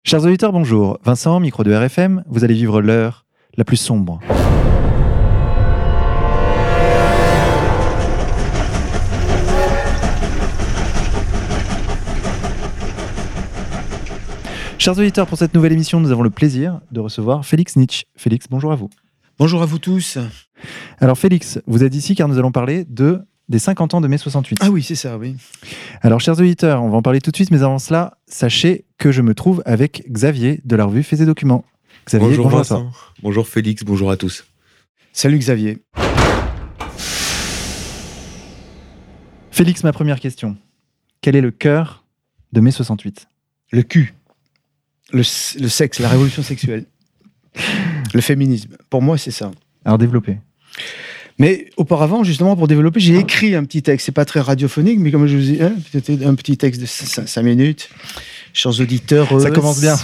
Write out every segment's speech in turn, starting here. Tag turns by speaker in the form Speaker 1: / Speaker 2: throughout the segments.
Speaker 1: Chers auditeurs, bonjour. Vincent, micro de RFM, vous allez vivre l'heure la plus sombre. Chers auditeurs, pour cette nouvelle émission, nous avons le plaisir de recevoir Félix Nitsch. Félix, bonjour à vous.
Speaker 2: Bonjour à vous tous.
Speaker 1: Alors Félix, vous êtes ici car nous allons parler des 50 ans de mai 68.
Speaker 2: Ah oui, c'est ça, oui.
Speaker 1: Alors chers auditeurs, on va en parler tout de suite, mais avant cela, sachez que je me trouve avec Xavier de la revue Faits et Documents. Xavier,
Speaker 3: bonjour
Speaker 1: Vincent.
Speaker 3: à toi. Bonjour Félix, bonjour à tous.
Speaker 2: Salut Xavier.
Speaker 1: Félix, ma première question. Quel est le cœur de mai 68 ?
Speaker 2: Le cul. Le sexe, la révolution sexuelle. Le féminisme. Pour moi, c'est ça.
Speaker 1: Alors développez.
Speaker 2: Mais auparavant, justement, pour développer, j'ai écrit un petit texte. C'est pas très radiophonique, mais comme je vous ai dit, un petit texte de 5 minutes. Chers auditeurs...
Speaker 1: Ça commence bien.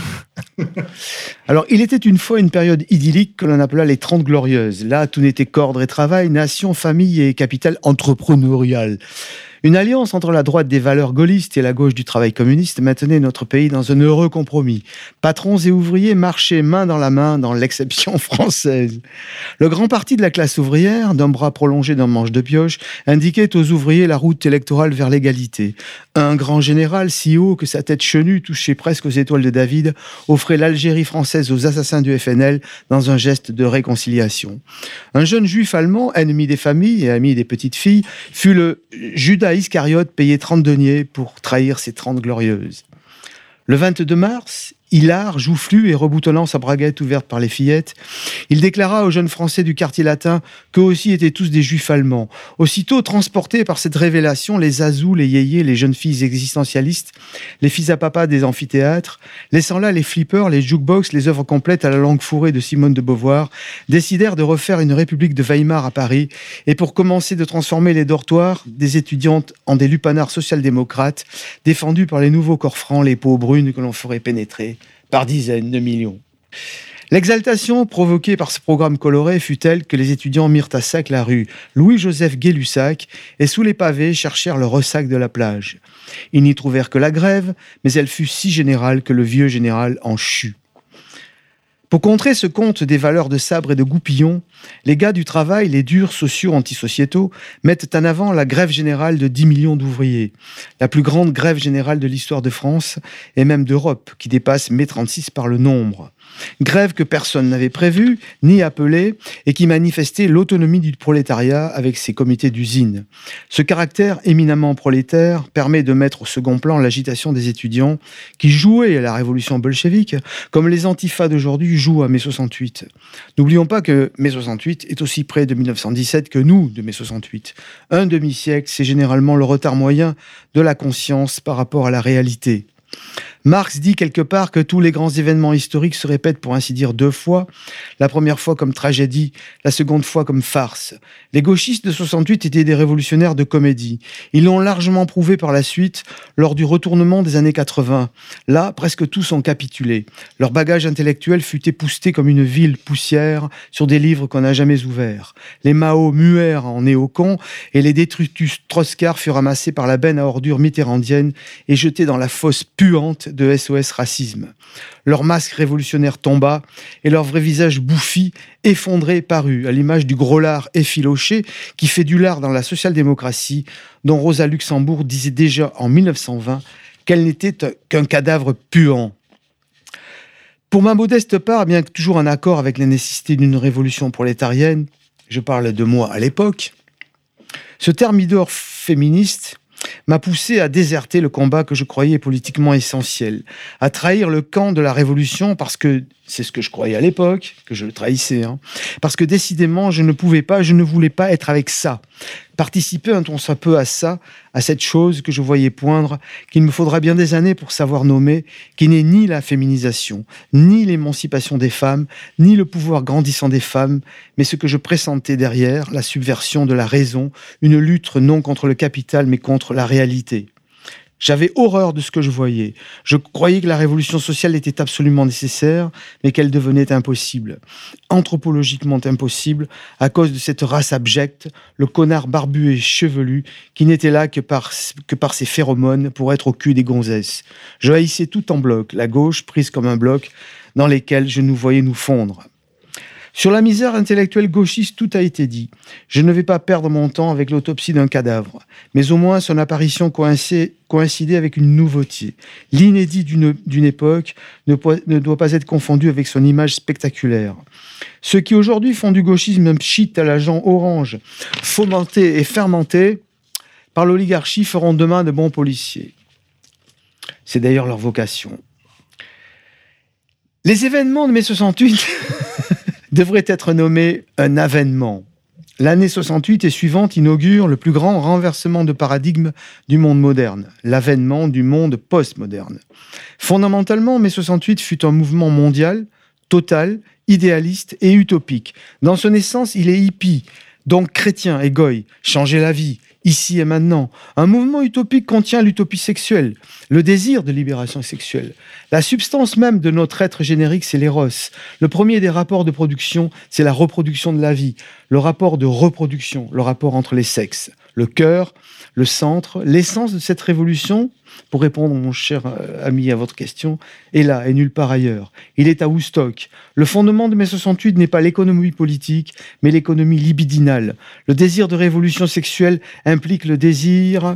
Speaker 2: Alors, il était une fois une période idyllique que l'on appela les 30 Glorieuses. Là, tout n'était qu'ordre et travail, nation, famille et capital entrepreneurial. Une alliance entre la droite des valeurs gaullistes et la gauche du travail communiste maintenait notre pays dans un heureux compromis. Patrons et ouvriers marchaient main dans la main dans l'exception française. Le grand parti de la classe ouvrière, d'un bras prolongé d'un manche de pioche, indiquait aux ouvriers la route électorale vers l'égalité. Un grand général, si haut que sa tête chenue touchait presque aux étoiles de David, offrait l'Algérie française aux assassins du FNL dans un geste de réconciliation. Un jeune juif allemand, ennemi des familles et ami des petites filles, fut le Judas Iscariote payé 30 deniers pour trahir ses 30 glorieuses. Le 22 mars, hilar, joufflu et reboutonnant sa braguette ouverte par les fillettes, il déclara aux jeunes Français du quartier latin qu'eux aussi étaient tous des juifs allemands. Aussitôt transportés par cette révélation, les azous, les yéyés, les jeunes filles existentialistes, les fils à papa des amphithéâtres, laissant là les flippers, les jukebox, les œuvres complètes à la langue fourrée de Simone de Beauvoir, décidèrent de refaire une république de Weimar à Paris et pour commencer de transformer les dortoirs des étudiantes en des lupanards social-démocrates défendus par les nouveaux corps francs, les peaux brunes que l'on ferait pénétrer par dizaines de millions. L'exaltation provoquée par ce programme coloré fut telle que les étudiants mirent à sac la rue Louis-Joseph Gay-Lussac et sous les pavés cherchèrent le ressac de la plage. Ils n'y trouvèrent que la grève, mais elle fut si générale que le vieux général en chut. Pour contrer ce conte des valeurs de sabre et de goupillon, les gars du travail, les durs sociaux antisociétaux, mettent en avant la grève générale de 10 millions d'ouvriers, la plus grande grève générale de l'histoire de France et même d'Europe, qui dépasse mai 36 par le nombre. Grève que personne n'avait prévue, ni appelée, et qui manifestait l'autonomie du prolétariat avec ses comités d'usine. Ce caractère éminemment prolétaire permet de mettre au second plan l'agitation des étudiants qui jouaient à la révolution bolchevique, comme les antifas d'aujourd'hui jouent à mai 68. N'oublions pas que mai 68 est aussi près de 1917 que nous de mai 68. Un demi-siècle, c'est généralement le retard moyen de la conscience par rapport à la réalité. Marx dit quelque part que tous les grands événements historiques se répètent pour ainsi dire 2 fois, la première fois comme tragédie, la seconde fois comme farce. Les gauchistes de 68 étaient des révolutionnaires de comédie. Ils l'ont largement prouvé par la suite lors du retournement des années 80. Là, presque tous ont capitulé. Leur bagage intellectuel fut épousseté comme une ville poussière sur des livres qu'on n'a jamais ouverts. Les Mao muèrent en néocons et les détritus trotskars furent ramassés par la benne à ordures mitterrandienne et jetés dans la fosse puante de SOS Racisme. Leur masque révolutionnaire tomba et leur vrai visage bouffi, effondré, parut, à l'image du gros lard effiloché qui fait du lard dans la social-démocratie, dont Rosa Luxembourg disait déjà en 1920 qu'elle n'était qu'un cadavre puant. Pour ma modeste part, bien que toujours en accord avec la nécessité d'une révolution prolétarienne, je parle de moi à l'époque, ce thermidor féministe m'a poussé à déserter le combat que je croyais politiquement essentiel, à trahir le camp de la révolution parce que c'est ce que je croyais à l'époque, que je le trahissais, parce que décidément je ne voulais pas être avec ça, participer un tant soit peu à ça, à cette chose que je voyais poindre, qu'il me faudra bien des années pour savoir nommer, qui n'est ni la féminisation, ni l'émancipation des femmes, ni le pouvoir grandissant des femmes, mais ce que je pressentais derrière, la subversion de la raison, une lutte non contre le capital mais contre la réalité. J'avais horreur de ce que je voyais. Je croyais que la révolution sociale était absolument nécessaire, mais qu'elle devenait impossible. Anthropologiquement impossible, à cause de cette race abjecte, le connard barbu et chevelu, qui n'était là que par ses phéromones pour être au cul des gonzesses. Je haïssais tout en bloc, la gauche prise comme un bloc, dans lesquels je nous voyais nous fondre. Sur la misère intellectuelle gauchiste, tout a été dit. Je ne vais pas perdre mon temps avec l'autopsie d'un cadavre, mais au moins son apparition coïncidait avec une nouveauté. L'inédit d'une époque ne doit pas être confondu avec son image spectaculaire. Ceux qui aujourd'hui font du gauchisme un pchit à l'agent orange, fomenté et fermenté par l'oligarchie, feront demain de bons policiers. C'est d'ailleurs leur vocation. Les événements de mai 68... devrait être nommé un avènement. L'année 68 et suivante inaugure le plus grand renversement de paradigme du monde moderne, l'avènement du monde postmoderne. Fondamentalement, mai 68 fut un mouvement mondial, total, idéaliste et utopique. Dans son essence, il est hippie, donc chrétien et goy, changer la vie, ici et maintenant. Un mouvement utopique contient l'utopie sexuelle, le désir de libération sexuelle. La substance même de notre être générique, c'est l'éros. Le premier des rapports de production, c'est la reproduction de la vie. Le rapport de reproduction, le rapport entre les sexes. Le cœur, le centre, l'essence de cette révolution, pour répondre, mon cher ami, à votre question, est là et nulle part ailleurs. Il est à Woodstock. Le fondement de mai 68 n'est pas l'économie politique, mais l'économie libidinale. Le désir de révolution sexuelle implique le désir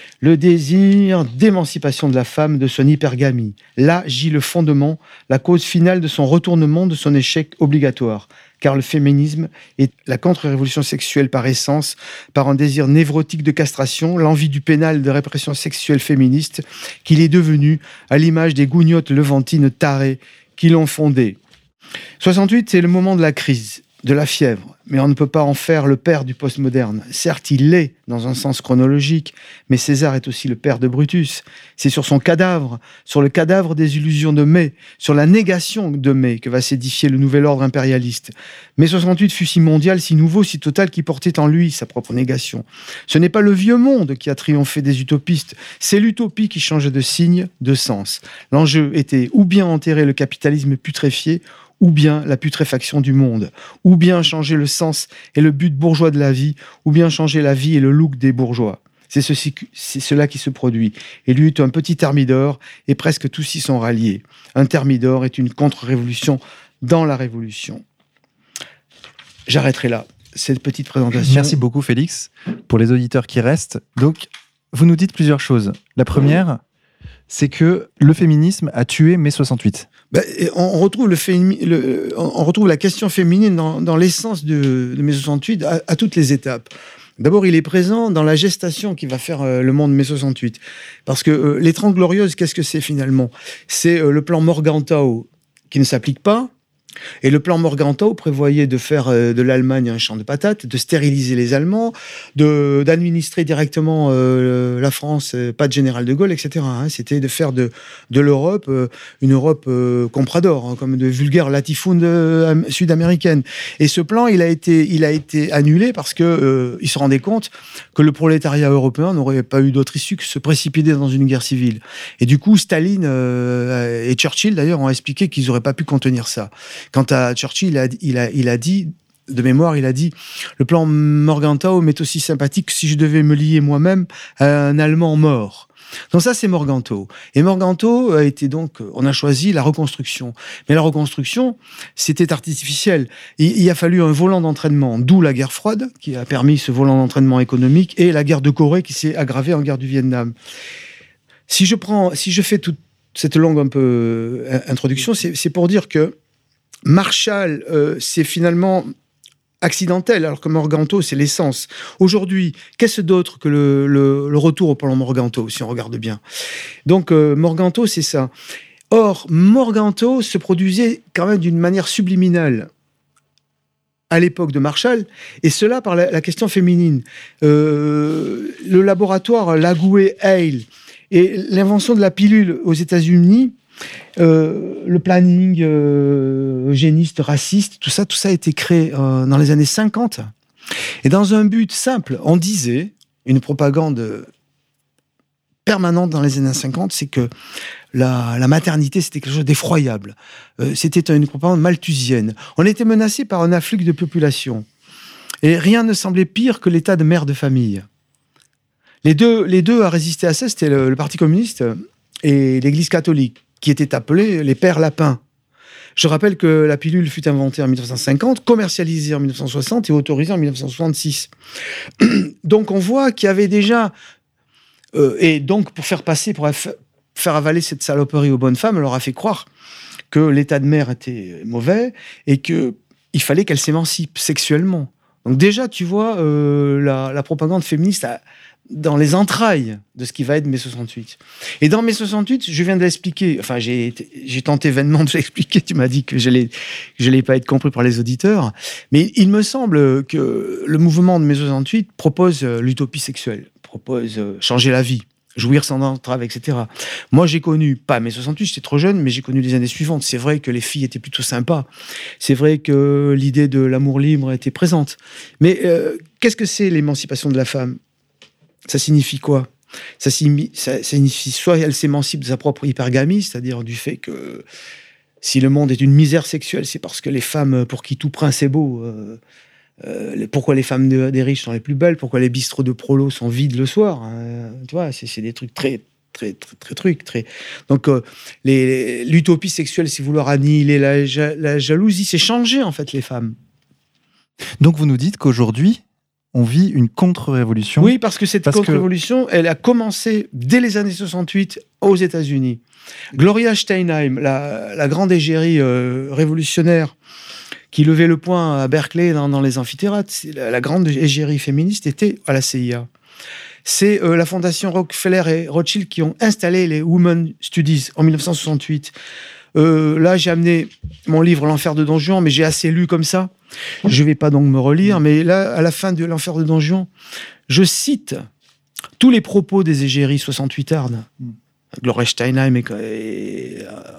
Speaker 2: d'émancipation de la femme, de son hypergamie. Là gît le fondement, la cause finale de son retournement, de son échec obligatoire. Car le féminisme est la contre-révolution sexuelle par essence, par un désir névrotique de castration, l'envie du pénal de répression sexuelle féministe, qu'il est devenu à l'image des gougnottes levantines tarées qui l'ont fondé. 68, c'est le moment de la crise, de la fièvre, mais on ne peut pas en faire le père du postmoderne. Certes, il l'est dans un sens chronologique, mais César est aussi le père de Brutus. C'est sur son cadavre, sur le cadavre des illusions de mai, sur la négation de mai que va s'édifier le nouvel ordre impérialiste. Mai 68 fut si mondial, si nouveau, si total qu'il portait en lui sa propre négation. Ce n'est pas le vieux monde qui a triomphé des utopistes, c'est l'utopie qui change de signe, de sens. L'enjeu était ou bien enterrer le capitalisme putréfié, ou bien la putréfaction du monde, ou bien changer le sens et le but bourgeois de la vie, ou bien changer la vie et le look des bourgeois. C'est cela qui se produit. Il y eut un petit thermidor, et presque tous y sont ralliés. Un thermidor est une contre-révolution dans la révolution. J'arrêterai là, cette petite présentation.
Speaker 1: Merci beaucoup, Félix. Pour les auditeurs qui restent, donc, vous nous dites plusieurs choses. La première, c'est que le féminisme a tué mai 68.
Speaker 2: On retrouve la question féminine dans l'essence de mai 68 à toutes les étapes. D'abord, il est présent dans la gestation qui va faire le monde mai 68. Parce que les 30 Glorieuses, qu'est-ce que c'est finalement ? C'est le plan Morgenthau qui ne s'applique pas. Et le plan Morgenthau prévoyait de faire de l'Allemagne un champ de patates, de stériliser les Allemands, d'administrer directement la France, pas de général de Gaulle, etc. C'était de faire de l'Europe une Europe comprador, comme de vulgaire latifunde sud-américaine. Et ce plan, il a été annulé parce que il se rendait compte que le prolétariat européen n'aurait pas eu d'autre issue que se précipiter dans une guerre civile. Et du coup, Staline et Churchill, d'ailleurs, ont expliqué qu'ils n'auraient pas pu contenir ça. Quant à Churchill, il a dit, de mémoire, il a dit « Le plan Morgenthau m'est aussi sympathique que si je devais me lier moi-même à un Allemand mort ». Donc ça, c'est Morgenthau. Et Morgenthau a été donc... On a choisi la reconstruction. Mais la reconstruction, c'était artificiel. Il a fallu un volant d'entraînement, d'où la guerre froide, qui a permis ce volant d'entraînement économique, et la guerre de Corée, qui s'est aggravée en guerre du Vietnam. Si je fais toute cette longue un peu introduction, c'est pour dire que Marshall, c'est finalement accidentel, alors que Morgenthau, c'est l'essence. Aujourd'hui, qu'est-ce d'autre que le retour au plan Morgenthau, si on regarde bien ? Donc, Morgenthau, c'est ça. Or, Morgenthau se produisait quand même d'une manière subliminale à l'époque de Marshall, et cela par la question féminine. Le laboratoire Lagoué-Hale et l'invention de la pilule aux États-Unis, le planning eugéniste, raciste, tout ça a été créé dans les années 50. Et dans un but simple, on disait, une propagande permanente dans les années 50, c'est que la maternité, c'était quelque chose d'effroyable. C'était une propagande malthusienne. On était menacé par un afflux de population. Et rien ne semblait pire que l'état de mère de famille. Les deux à résister à ça, c'était le Parti communiste et l'Église catholique, qui étaient appelés les pères lapins. Je rappelle que la pilule fut inventée en 1950, commercialisée en 1960 et autorisée en 1966. Donc on voit qu'il y avait déjà... et donc pour faire avaler cette saloperie aux bonnes femmes, on leur a fait croire que l'état de mère était mauvais et qu'il fallait qu'elles s'émancipent sexuellement. Donc déjà, tu vois, la propagande féministe dans les entrailles de ce qui va être mai 68. Et dans mai 68, je viens de l'expliquer, enfin j'ai tenté vainement de l'expliquer, tu m'as dit que je n'allais pas être compris par les auditeurs, mais il me semble que le mouvement de mai 68 propose l'utopie sexuelle, propose changer la vie, jouir sans entrave, etc. Moi, j'ai connu, pas mai 68, j'étais trop jeune, mais j'ai connu les années suivantes. C'est vrai que les filles étaient plutôt sympas. C'est vrai que l'idée de l'amour libre était présente. Mais qu'est-ce que c'est l'émancipation de la femme ? Ça signifie quoi ? Ça signifie soit elle s'émancipe de sa propre hypergamie, c'est-à-dire du fait que si le monde est une misère sexuelle, c'est parce que les femmes pour qui tout prince est beau... pourquoi les femmes des riches sont les plus belles, pourquoi les bistrots de prolos sont vides le soir, tu vois, c'est des trucs très donc l'utopie sexuelle, c'est vouloir annihiler la jalousie, c'est changer en fait les femmes.
Speaker 1: Donc vous nous dites qu'aujourd'hui on vit une contre-révolution.
Speaker 2: Oui, parce que cette contre-révolution, elle a commencé dès les années 68 aux États-Unis. Gloria Steinem, la grande égérie révolutionnaire qui levait le poing à Berkeley dans les amphithéâtres, la grande égérie féministe était à la CIA. C'est la fondation Rockefeller et Rothschild qui ont installé les Women Studies en 1968. Là, j'ai amené mon livre L'Enfer de Don Juan, mais j'ai assez lu comme ça. Je ne vais pas donc me relire, mais là, à la fin de L'Enfer de Don Juan, je cite tous les propos des égéries 68ardes, Gloria Steinem et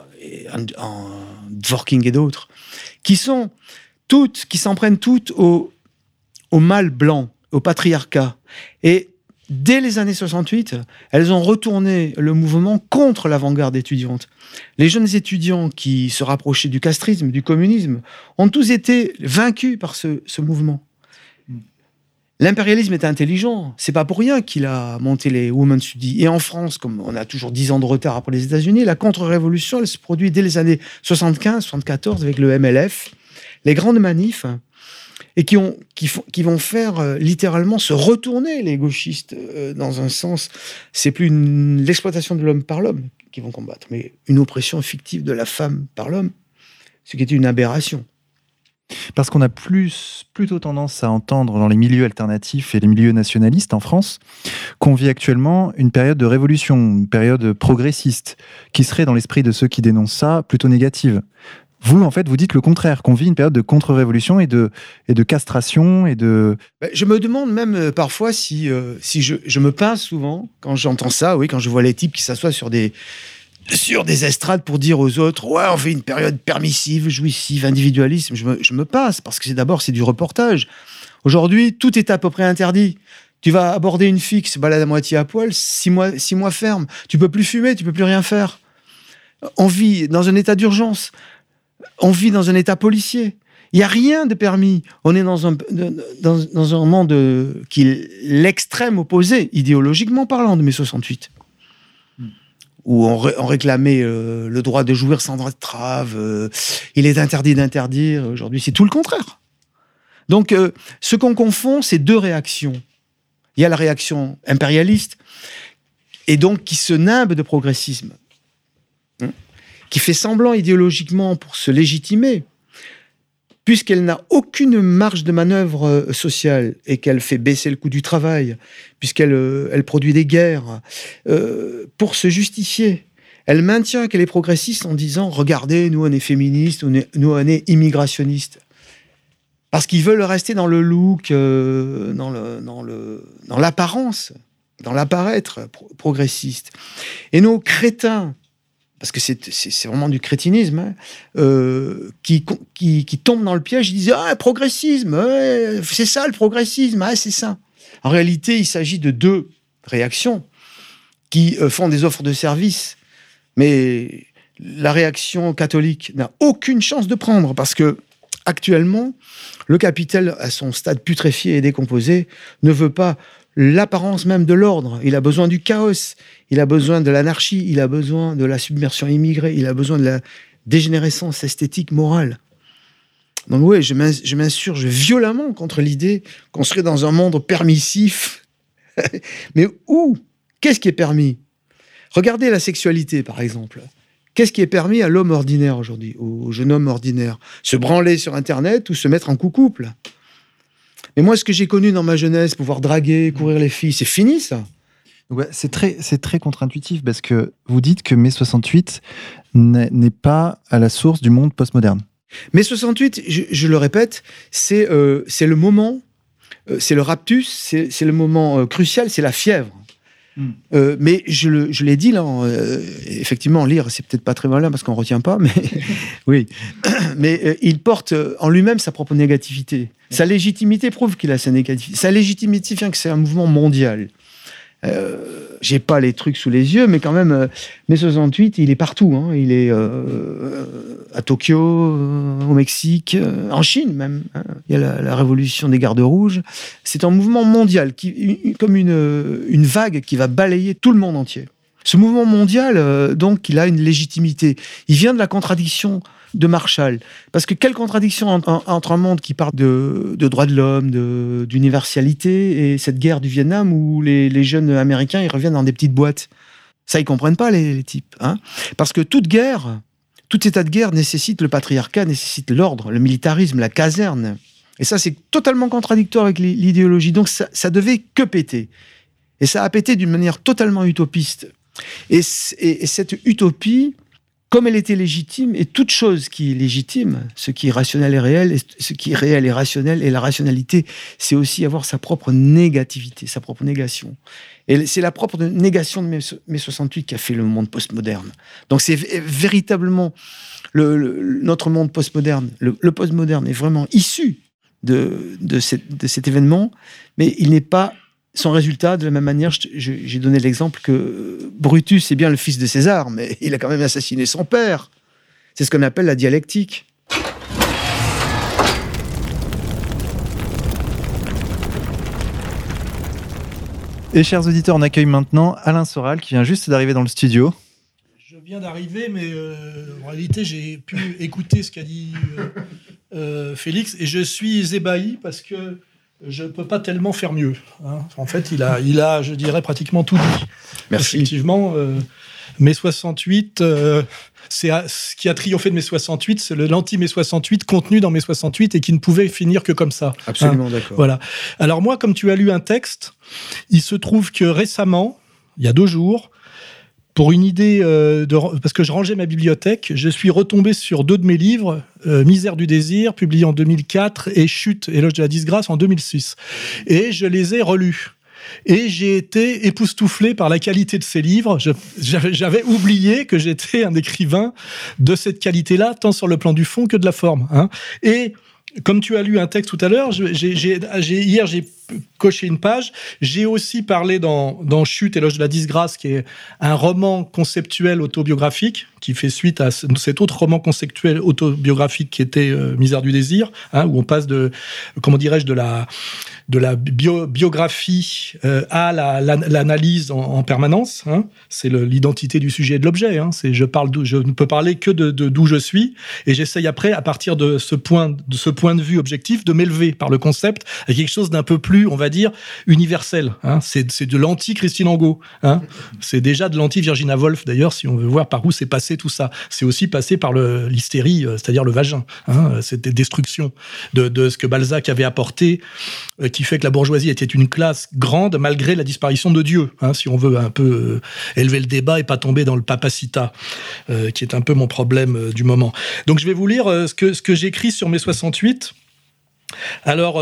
Speaker 2: Dworkin et d'autres, qui s'en prennent toutes au mâle blanc, au patriarcat. Et dès les années 68, elles ont retourné le mouvement contre l'avant-garde étudiante. Les jeunes étudiants qui se rapprochaient du castrisme, du communisme, ont tous été vaincus par ce mouvement. L'impérialisme est intelligent. C'est pas pour rien qu'il a monté les Women's Studies. Et en France, comme on a toujours 10 ans de retard après les États-Unis, la contre-révolution, elle se produit dès les années 75, 74 avec le MLF, les grandes manifs, et qui vont faire littéralement se retourner les gauchistes dans un sens. C'est plus l'exploitation de l'homme par l'homme qu'ils vont combattre, mais une oppression fictive de la femme par l'homme, ce qui est une aberration.
Speaker 1: Parce qu'on a plutôt tendance à entendre dans les milieux alternatifs et les milieux nationalistes en France qu'on vit actuellement une période de révolution, une période progressiste, qui serait dans l'esprit de ceux qui dénoncent ça plutôt négative. Vous, en fait, vous dites le contraire, qu'on vit une période de contre-révolution et de castration et de...
Speaker 2: Je me demande même parfois si je me pince souvent quand j'entends ça, oui, quand je vois les types qui s'assoient sur des estrades pour dire aux autres « Ouais, on fait une période permissive, jouissive, individualisme ». Je me pince parce que c'est du reportage. Aujourd'hui, tout est à peu près interdit. Tu vas aborder une fille qui se balade à moitié à poil, 6 mois ferme. Tu peux plus fumer, tu peux plus rien faire. On vit dans un état d'urgence. On vit dans un état policier. Il n'y a rien de permis. On est dans un monde qui est l'extrême opposé, idéologiquement parlant, de mai 68. Où on réclamait le droit de jouir sans entrave. Il est interdit d'interdire. Aujourd'hui, c'est tout le contraire. Donc, ce qu'on confond, c'est deux réactions. Il y a la réaction impérialiste, et donc qui se nimbe de progressisme, qui fait semblant idéologiquement pour se légitimer, puisqu'elle n'a aucune marge de manœuvre sociale et qu'elle fait baisser le coût du travail, puisqu'elle produit des guerres, pour se justifier. Elle maintient qu'elle est progressiste en disant « Regardez, nous on est féministes, nous on est immigrationnistes ». Parce qu'ils veulent rester dans le look, dans l'apparence, dans l'apparaître progressiste. Et nos crétins, parce que c'est vraiment du crétinisme, qui tombent dans le piège, ils disent « Ah, progressisme, c'est ça le progressisme, c'est ça ». En réalité, il s'agit de deux réactions qui font des offres de services. Mais la réaction catholique n'a aucune chance de prendre parce que actuellement, le capital, à son stade putréfié et décomposé, ne veut pas l'apparence même de l'ordre. Il a besoin du chaos, il a besoin de l'anarchie, il a besoin de la submersion immigrée, il a besoin de la dégénérescence esthétique morale. Donc oui, je m'insurge violemment contre l'idée qu'on serait dans un monde permissif. Mais où ? Qu'est-ce qui est permis ? Regardez la sexualité, par exemple. Qu'est-ce qui est permis à l'homme ordinaire aujourd'hui, au jeune homme ordinaire ? Se branler sur Internet ou se mettre en couple ? Mais moi, ce que j'ai connu dans ma jeunesse, pouvoir draguer, courir les filles, c'est fini, ça.
Speaker 1: Ouais, c'est très contre-intuitif parce que vous dites que mai 68 n'est pas à la source du monde postmoderne.
Speaker 2: Mai 68, je le répète, c'est le moment, c'est le raptus, c'est le moment crucial, c'est la fièvre. Mais je l'ai dit là, effectivement, lire, c'est peut-être pas très malin parce qu'on retient pas, mais oui. Mais il porte en lui-même sa propre négativité. Sa légitimité prouve qu'il a sa négativité. Sa légitimité vient que c'est un mouvement mondial. J'ai pas les trucs sous les yeux, mais quand même, mai 68, il est partout. Hein. Il est à Tokyo, au Mexique, en Chine même. Hein. Il y a la révolution des gardes rouges. C'est un mouvement mondial, comme une vague qui va balayer tout le monde entier. Ce mouvement mondial, donc, il a une légitimité. Il vient de la contradiction de Marshall. Parce que quelle contradiction entre un monde qui parle de droits de l'homme, d'universalité, et cette guerre du Vietnam où les jeunes Américains ils reviennent dans des petites boîtes. Ça, ils comprennent pas, les types. Hein. Parce que tout état de guerre nécessite le patriarcat, nécessite l'ordre, le militarisme, la caserne. Et ça, c'est totalement contradictoire avec l'idéologie. Donc, ça devait que péter. Et ça a pété d'une manière totalement utopiste. Et cette utopie, comme elle était légitime, et toute chose qui est légitime, ce qui est rationnel est réel, et ce qui est réel est rationnel, et la rationalité, c'est aussi avoir sa propre négativité, sa propre négation. Et c'est la propre négation de mai 68 qui a fait le monde postmoderne. Donc c'est véritablement notre monde postmoderne. Le postmoderne est vraiment issu de cet événement, mais il n'est pas son résultat, de la même manière, j'ai donné l'exemple que Brutus est bien le fils de César, mais il a quand même assassiné son père. C'est ce qu'on appelle la dialectique.
Speaker 1: Et chers auditeurs, on accueille maintenant Alain Soral qui vient juste d'arriver dans le studio.
Speaker 4: Je viens d'arriver, mais en réalité, j'ai pu écouter ce qu'a dit Félix, et je suis ébahi parce que je ne peux pas tellement faire mieux. Hein. En fait, il a, je dirais, pratiquement tout dit.
Speaker 2: Merci.
Speaker 4: Effectivement, mai 68, ce qui a triomphé de mai 68, c'est l'anti-mai 68 contenu dans mai 68 et qui ne pouvait finir que comme ça.
Speaker 2: Absolument, d'accord.
Speaker 4: Voilà. Alors moi, comme tu as lu un texte, il se trouve que récemment, il y a 2 jours, pour une idée, parce que je rangeais ma bibliothèque, je suis retombé sur 2 de mes livres, Misère du désir, publié en 2004, et Chute, éloge de la disgrâce, en 2006. Et je les ai relus. Et j'ai été époustouflé par la qualité de ces livres. J'avais oublié que j'étais un écrivain de cette qualité-là, tant sur le plan du fond que de la forme. Hein. Et comme tu as lu un texte tout à l'heure, hier j'ai coché une page. J'ai aussi parlé dans Chute, éloge de la disgrâce, qui est un roman conceptuel autobiographique, qui fait suite à cet autre roman conceptuel autobiographique qui était Misère du désir, hein, où on passe de la biographie à l'analyse en permanence. Hein. C'est l'identité du sujet et de l'objet. Hein. Je ne peux parler que d'où je suis, et j'essaye après, à partir de ce point de vue objectif, de m'élever par le concept à quelque chose d'un peu plus, on va dire, universel. Hein. C'est de l'anti-Christine Angot. Hein. C'est déjà de l'anti-Virginia Woolf, d'ailleurs, si on veut voir par où c'est passé tout ça. C'est aussi passé par l'hystérie, c'est-à-dire le vagin. Hein. C'était destruction de ce que Balzac avait apporté, qui fait que la bourgeoisie était une classe grande malgré la disparition de Dieu, hein, si on veut un peu élever le débat et pas tomber dans le papacita, qui est un peu mon problème du moment. Donc je vais vous lire ce que j'écris sur mai 68. Alors,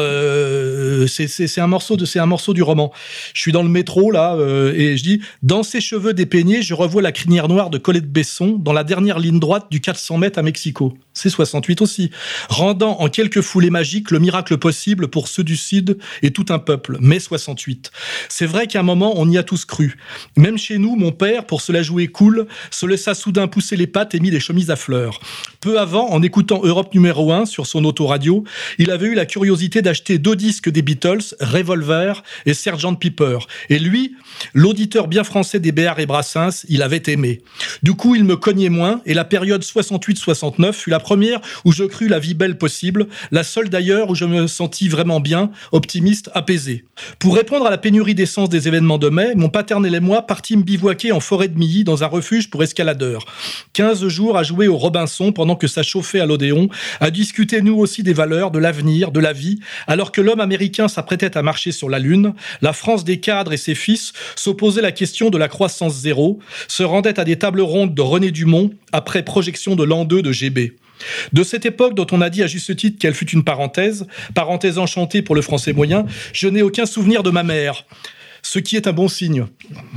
Speaker 4: c'est un morceau du roman. Je suis dans le métro là et je dis dans ses cheveux dépeignés, je revois la crinière noire de Colette Besson dans la dernière ligne droite du 400 mètres à Mexico. C'est 68 aussi, rendant en quelques foulées magiques le miracle possible pour ceux du Sud et tout un peuple. Mai 68. C'est vrai qu'à un moment on y a tous cru. Même chez nous, mon père, pour se la jouer cool, se laissa soudain pousser les pattes et mit les chemises à fleurs. Peu avant, en écoutant Europe numéro 1 sur son autoradio, il avait eu la curiosité d'acheter 2 disques des Beatles, Revolver et Sgt Pepper. Et lui, l'auditeur bien français des Béarn et Brassens, il avait aimé. Du coup, il me cognait moins et la période 68-69 fut la première où je crus la vie belle possible, la seule d'ailleurs où je me sentis vraiment bien, optimiste, apaisé. Pour répondre à la pénurie d'essence des événements de mai, mon paternel et moi partîmes bivouaquer en forêt de Milly dans un refuge pour escaladeurs. 15 jours à jouer au Robinson pendant que ça chauffait à l'Odéon, à discuter nous aussi des valeurs, de l'avenir, de la vie, alors que l'homme américain s'apprêtait à marcher sur la Lune, la France des cadres et ses fils s'opposaient la question de la croissance zéro, se rendaient à des tables rondes de René Dumont après projection de l'an 2 de GB. De cette époque dont on a dit à juste titre qu'elle fut une parenthèse enchantée pour le français moyen, je n'ai aucun souvenir de ma mère. Ce qui est un bon signe.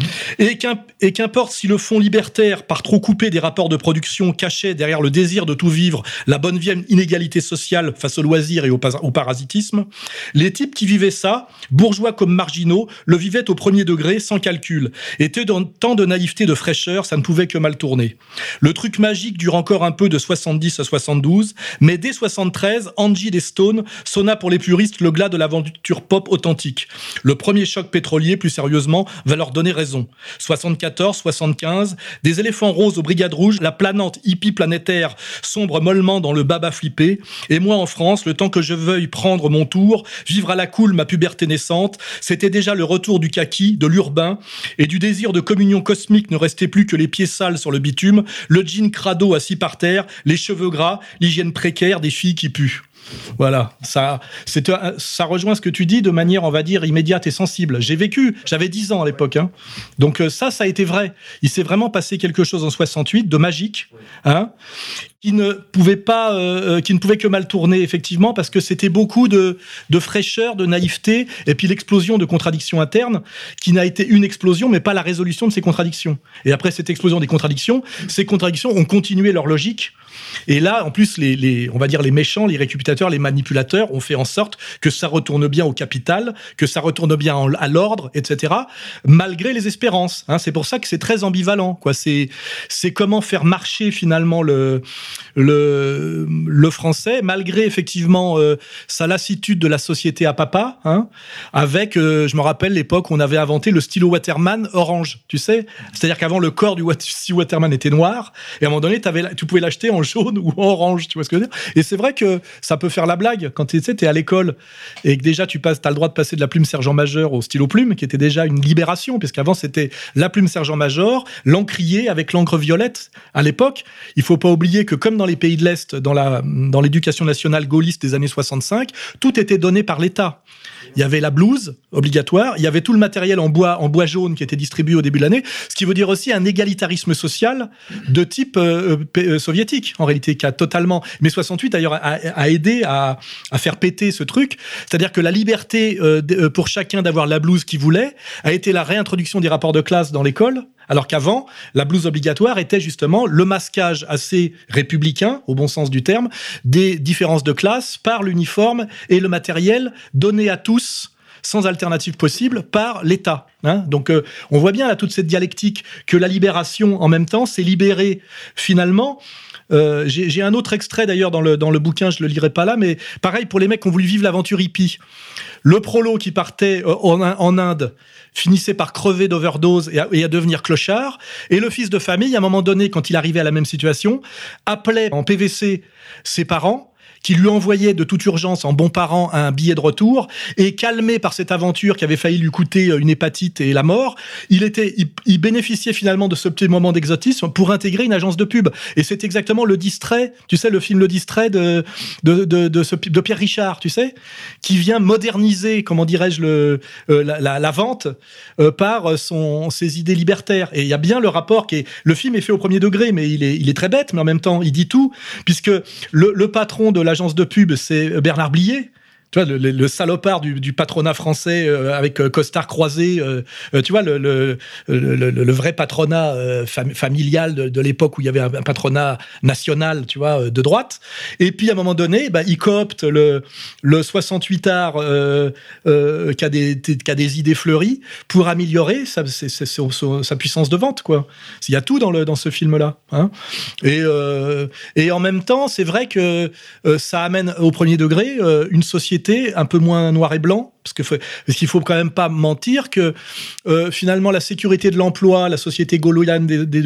Speaker 4: Et qu'importe si le fond libertaire, par trop coupé des rapports de production, cachait derrière le désir de tout vivre la bonne vieille inégalité sociale face au loisir et au parasitisme, les types qui vivaient ça, bourgeois comme marginaux, le vivaient au premier degré, sans calcul. Étaient dans tant de naïveté, de fraîcheur, ça ne pouvait que mal tourner. Le truc magique dure encore un peu de 70 à 72, mais dès 73, Angie des Stones sonna pour les puristes le glas de l'aventure pop authentique. Le premier choc pétrolier, plus sérieusement, va leur donner raison. 74, 75, des éléphants roses aux brigades rouges, la planante hippie planétaire sombre mollement dans le baba flippé, et moi en France, le temps que je veuille prendre mon tour, vivre à la cool ma puberté naissante, c'était déjà le retour du kaki, de l'urbain, et du désir de communion cosmique ne restait plus que les pieds sales sur le bitume, le jean crado assis par terre, les cheveux gras, l'hygiène précaire des filles qui puent. Voilà, ça rejoint ce que tu dis de manière, on va dire, immédiate et sensible. J'avais 10 ans à l'époque, hein. Donc ça a été vrai. Il s'est vraiment passé quelque chose en 68 de magique, hein, qui ne pouvait que mal tourner, effectivement, parce que c'était beaucoup de fraîcheur, de naïveté, et puis l'explosion de contradictions internes, qui n'a été une explosion, mais pas la résolution de ces contradictions. Et après cette explosion des contradictions, ces contradictions ont continué leur logique. Et là, en plus, on va dire les méchants, les récupérateurs, les manipulateurs ont fait en sorte que ça retourne bien au capital, que ça retourne bien à l'ordre, etc., malgré les espérances. Hein. C'est pour ça que c'est très ambivalent, quoi. C'est comment faire marcher finalement le français, malgré effectivement sa lassitude de la société à papa, hein, avec, je me rappelle l'époque où on avait inventé le stylo Waterman orange, tu sais. C'est-à-dire qu'avant, le corps du stylo Waterman était noir, et à un moment donné, tu pouvais l'acheter en jaune ou en orange, tu vois ce que je veux dire. Et c'est vrai que ça peut faire la blague quand tu es à l'école et que déjà t'as le droit de passer de la plume sergent-major au stylo plume, qui était déjà une libération, puisqu'avant c'était la plume sergent-major, l'encrier avec l'encre violette. À l'époque, il faut pas oublier que comme dans les pays de l'Est, dans l'éducation nationale gaulliste des années 65, tout était donné par l'État. Il y avait la blouse obligatoire, il y avait tout le matériel en bois jaune qui était distribué au début de l'année, ce qui veut dire aussi un égalitarisme social de type soviétique, en réalité, qui a totalement... Mais 68, d'ailleurs, a aidé à faire péter ce truc. C'est-à-dire que la liberté pour chacun d'avoir la blouse qu'il voulait a été la réintroduction des rapports de classe dans l'école, alors qu'avant, la blouse obligatoire était justement le masquage assez républicain, au bon sens du terme, des différences de classe par l'uniforme et le matériel donné à tous, sans alternative possible, par l'État. Hein. Donc, on voit bien là toute cette dialectique que la libération, en même temps, s'est libérée finalement. J'ai un autre extrait d'ailleurs dans le bouquin, je le lirai pas là, mais pareil pour les mecs qui ont voulu vivre l'aventure hippie. Le prolo qui partait en Inde finissait par crever d'overdose et à devenir clochard. Et le fils de famille, à un moment donné, quand il arrivait à la même situation, appelait en PVC ses parents, qui lui envoyait de toute urgence en bon parent un billet de retour, et calmé par cette aventure qui avait failli lui coûter une hépatite et la mort, il bénéficiait finalement de ce petit moment d'exotisme pour intégrer une agence de pub. Et c'est exactement le distrait, tu sais, le film Le Distrait de Pierre Richard, tu sais, qui vient moderniser, comment dirais-je, la vente par ses idées libertaires. Et il y a bien le rapport le film est fait au premier degré, mais il est très bête, mais en même temps, il dit tout, puisque le patron de l'agence de pub, c'est Bernard Blier, Tu vois, le salopard du patronat français avec costard croisé, tu vois, le vrai patronat familial de l'époque où il y avait un patronat national, tu vois, de droite. Et puis, à un moment donné, il coopte le 68ard qui a des idées fleuries pour améliorer sa puissance de vente, quoi. Il y a tout dans ce film-là. Hein. Et en même temps, c'est vrai que ça amène au premier degré une société un peu moins noir et blanc, parce qu'il faut quand même pas mentir que finalement la sécurité de l'emploi, la société gaulienne des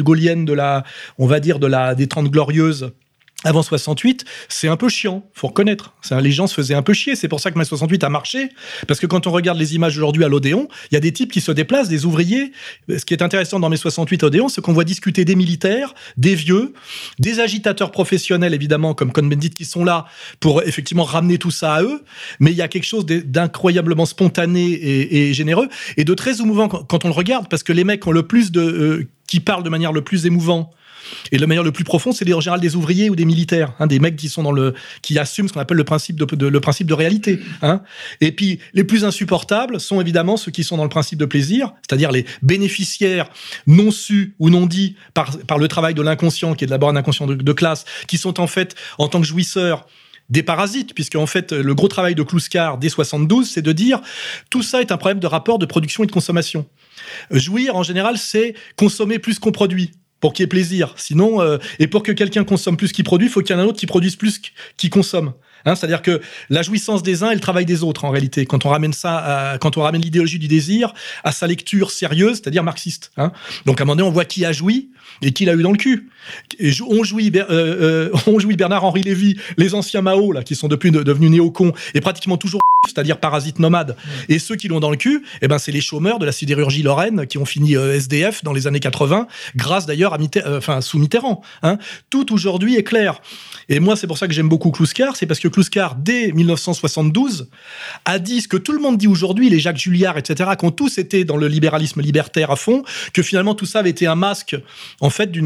Speaker 4: Trente Glorieuses avant 68, c'est un peu chiant, faut reconnaître. Les gens se faisaient un peu chier. C'est pour ça que mai 68 a marché, parce que quand on regarde les images aujourd'hui à l'Odéon, il y a des types qui se déplacent, des ouvriers. Ce qui est intéressant dans mai 68 à l'Odéon, c'est qu'on voit discuter des militaires, des vieux, des agitateurs professionnels, évidemment, comme Cohn-Bendit, qui sont là pour effectivement ramener tout ça à eux. Mais il y a quelque chose d'incroyablement spontané et généreux, et de très émouvant quand on le regarde, parce que les mecs ont le plus qui parlent de manière le plus émouvant, et de manière le plus profond, c'est en général des ouvriers ou des militaires, des mecs qui sont qui assument ce qu'on appelle le principe de réalité. Hein. Et puis les plus insupportables sont évidemment ceux qui sont dans le principe de plaisir, c'est-à-dire les bénéficiaires non sus ou non dits par le travail de l'inconscient, qui est d'abord un inconscient de classe, qui sont en fait en tant que jouisseurs des parasites, puisque en fait le gros travail de Kluskar dès 72, c'est de dire tout ça est un problème de rapport de production et de consommation. Jouir en général, c'est consommer plus qu'on produit, pour qu'il y ait plaisir. Sinon, et pour que quelqu'un consomme plus qu'il produit, il faut qu'il y en ait un autre qui produise plus qu'il consomme. Hein, c'est-à-dire que la jouissance des uns est le travail des autres, en réalité. Quand on ramène l'idéologie du désir à sa lecture sérieuse, c'est-à-dire marxiste. Hein. Donc, à un moment donné, on voit qui a joui et qui l'a eu dans le cul. Et on jouit Bernard-Henri Lévy, les anciens Mao, là, qui sont devenus néocons, et pratiquement toujours c'est-à-dire parasites nomades. Et ceux qui l'ont dans le cul, c'est les chômeurs de la sidérurgie lorraine qui ont fini SDF dans les années 80, grâce d'ailleurs sous Mitterrand. Hein. Tout aujourd'hui est clair. Et moi, c'est pour ça que j'aime beaucoup Kluskar, c'est parce que Kluskar, dès 1972, a dit ce que tout le monde dit aujourd'hui, les Jacques Julliard, etc., qui ont tous été dans le libéralisme libertaire à fond, que finalement tout ça avait été un masque, en fait, du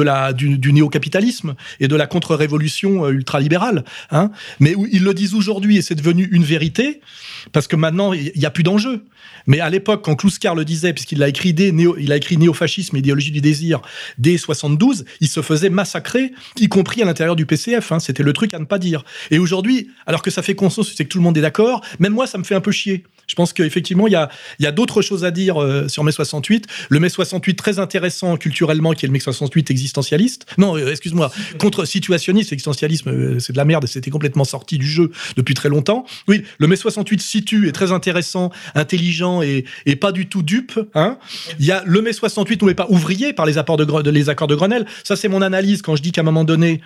Speaker 4: néo-capitalisme et de la contre-révolution ultralibérale. Hein. Mais ils le disent aujourd'hui et c'est devenu une vérité, parce que maintenant, il n'y a plus d'enjeu. Mais à l'époque, quand Kluskar le disait, puisqu'il a écrit néofascisme et idéologie du désir dès 72, il se faisait massacrer, y compris à l'intérieur du PCF. Hein. C'était le truc à ne pas dire. Et aujourd'hui, alors que ça fait consensus, c'est que tout le monde est d'accord, même moi, ça me fait un peu chier. Je pense qu'effectivement, il y a d'autres choses à dire sur mai 68. Le mai 68, très intéressant culturellement, qui est le mai 68 existentialiste. Non, excuse-moi, contre-situationniste, existentialisme, c'est de la merde, c'était complètement sorti du jeu depuis très longtemps. Oui, le mai 68 situe, est très intéressant, intelligent et pas du tout dupe. Hein. Il y a le mai 68, n'oubliez pas, ouvrier par les accords de Grenelle. Ça, c'est mon analyse quand je dis qu'à un moment donné,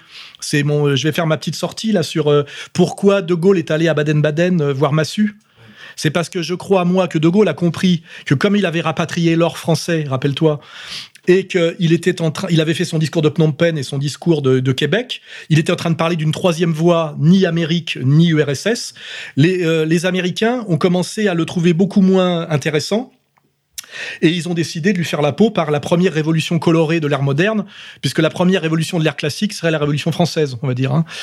Speaker 4: je vais faire ma petite sortie là sur pourquoi De Gaulle est allé à Baden-Baden voir Massu. C'est parce que je crois, moi, que De Gaulle a compris que comme il avait rapatrié l'or français, rappelle-toi, et qu'il avait fait son discours de Phnom Penh et son discours de Québec, il était en train de parler d'une troisième voie, ni Amérique, ni URSS. Les Américains ont commencé à le trouver beaucoup moins intéressant. Et ils ont décidé de lui faire la peau par la première révolution colorée de l'ère moderne, puisque la première révolution de l'ère classique serait la révolution française, on va dire. Hein.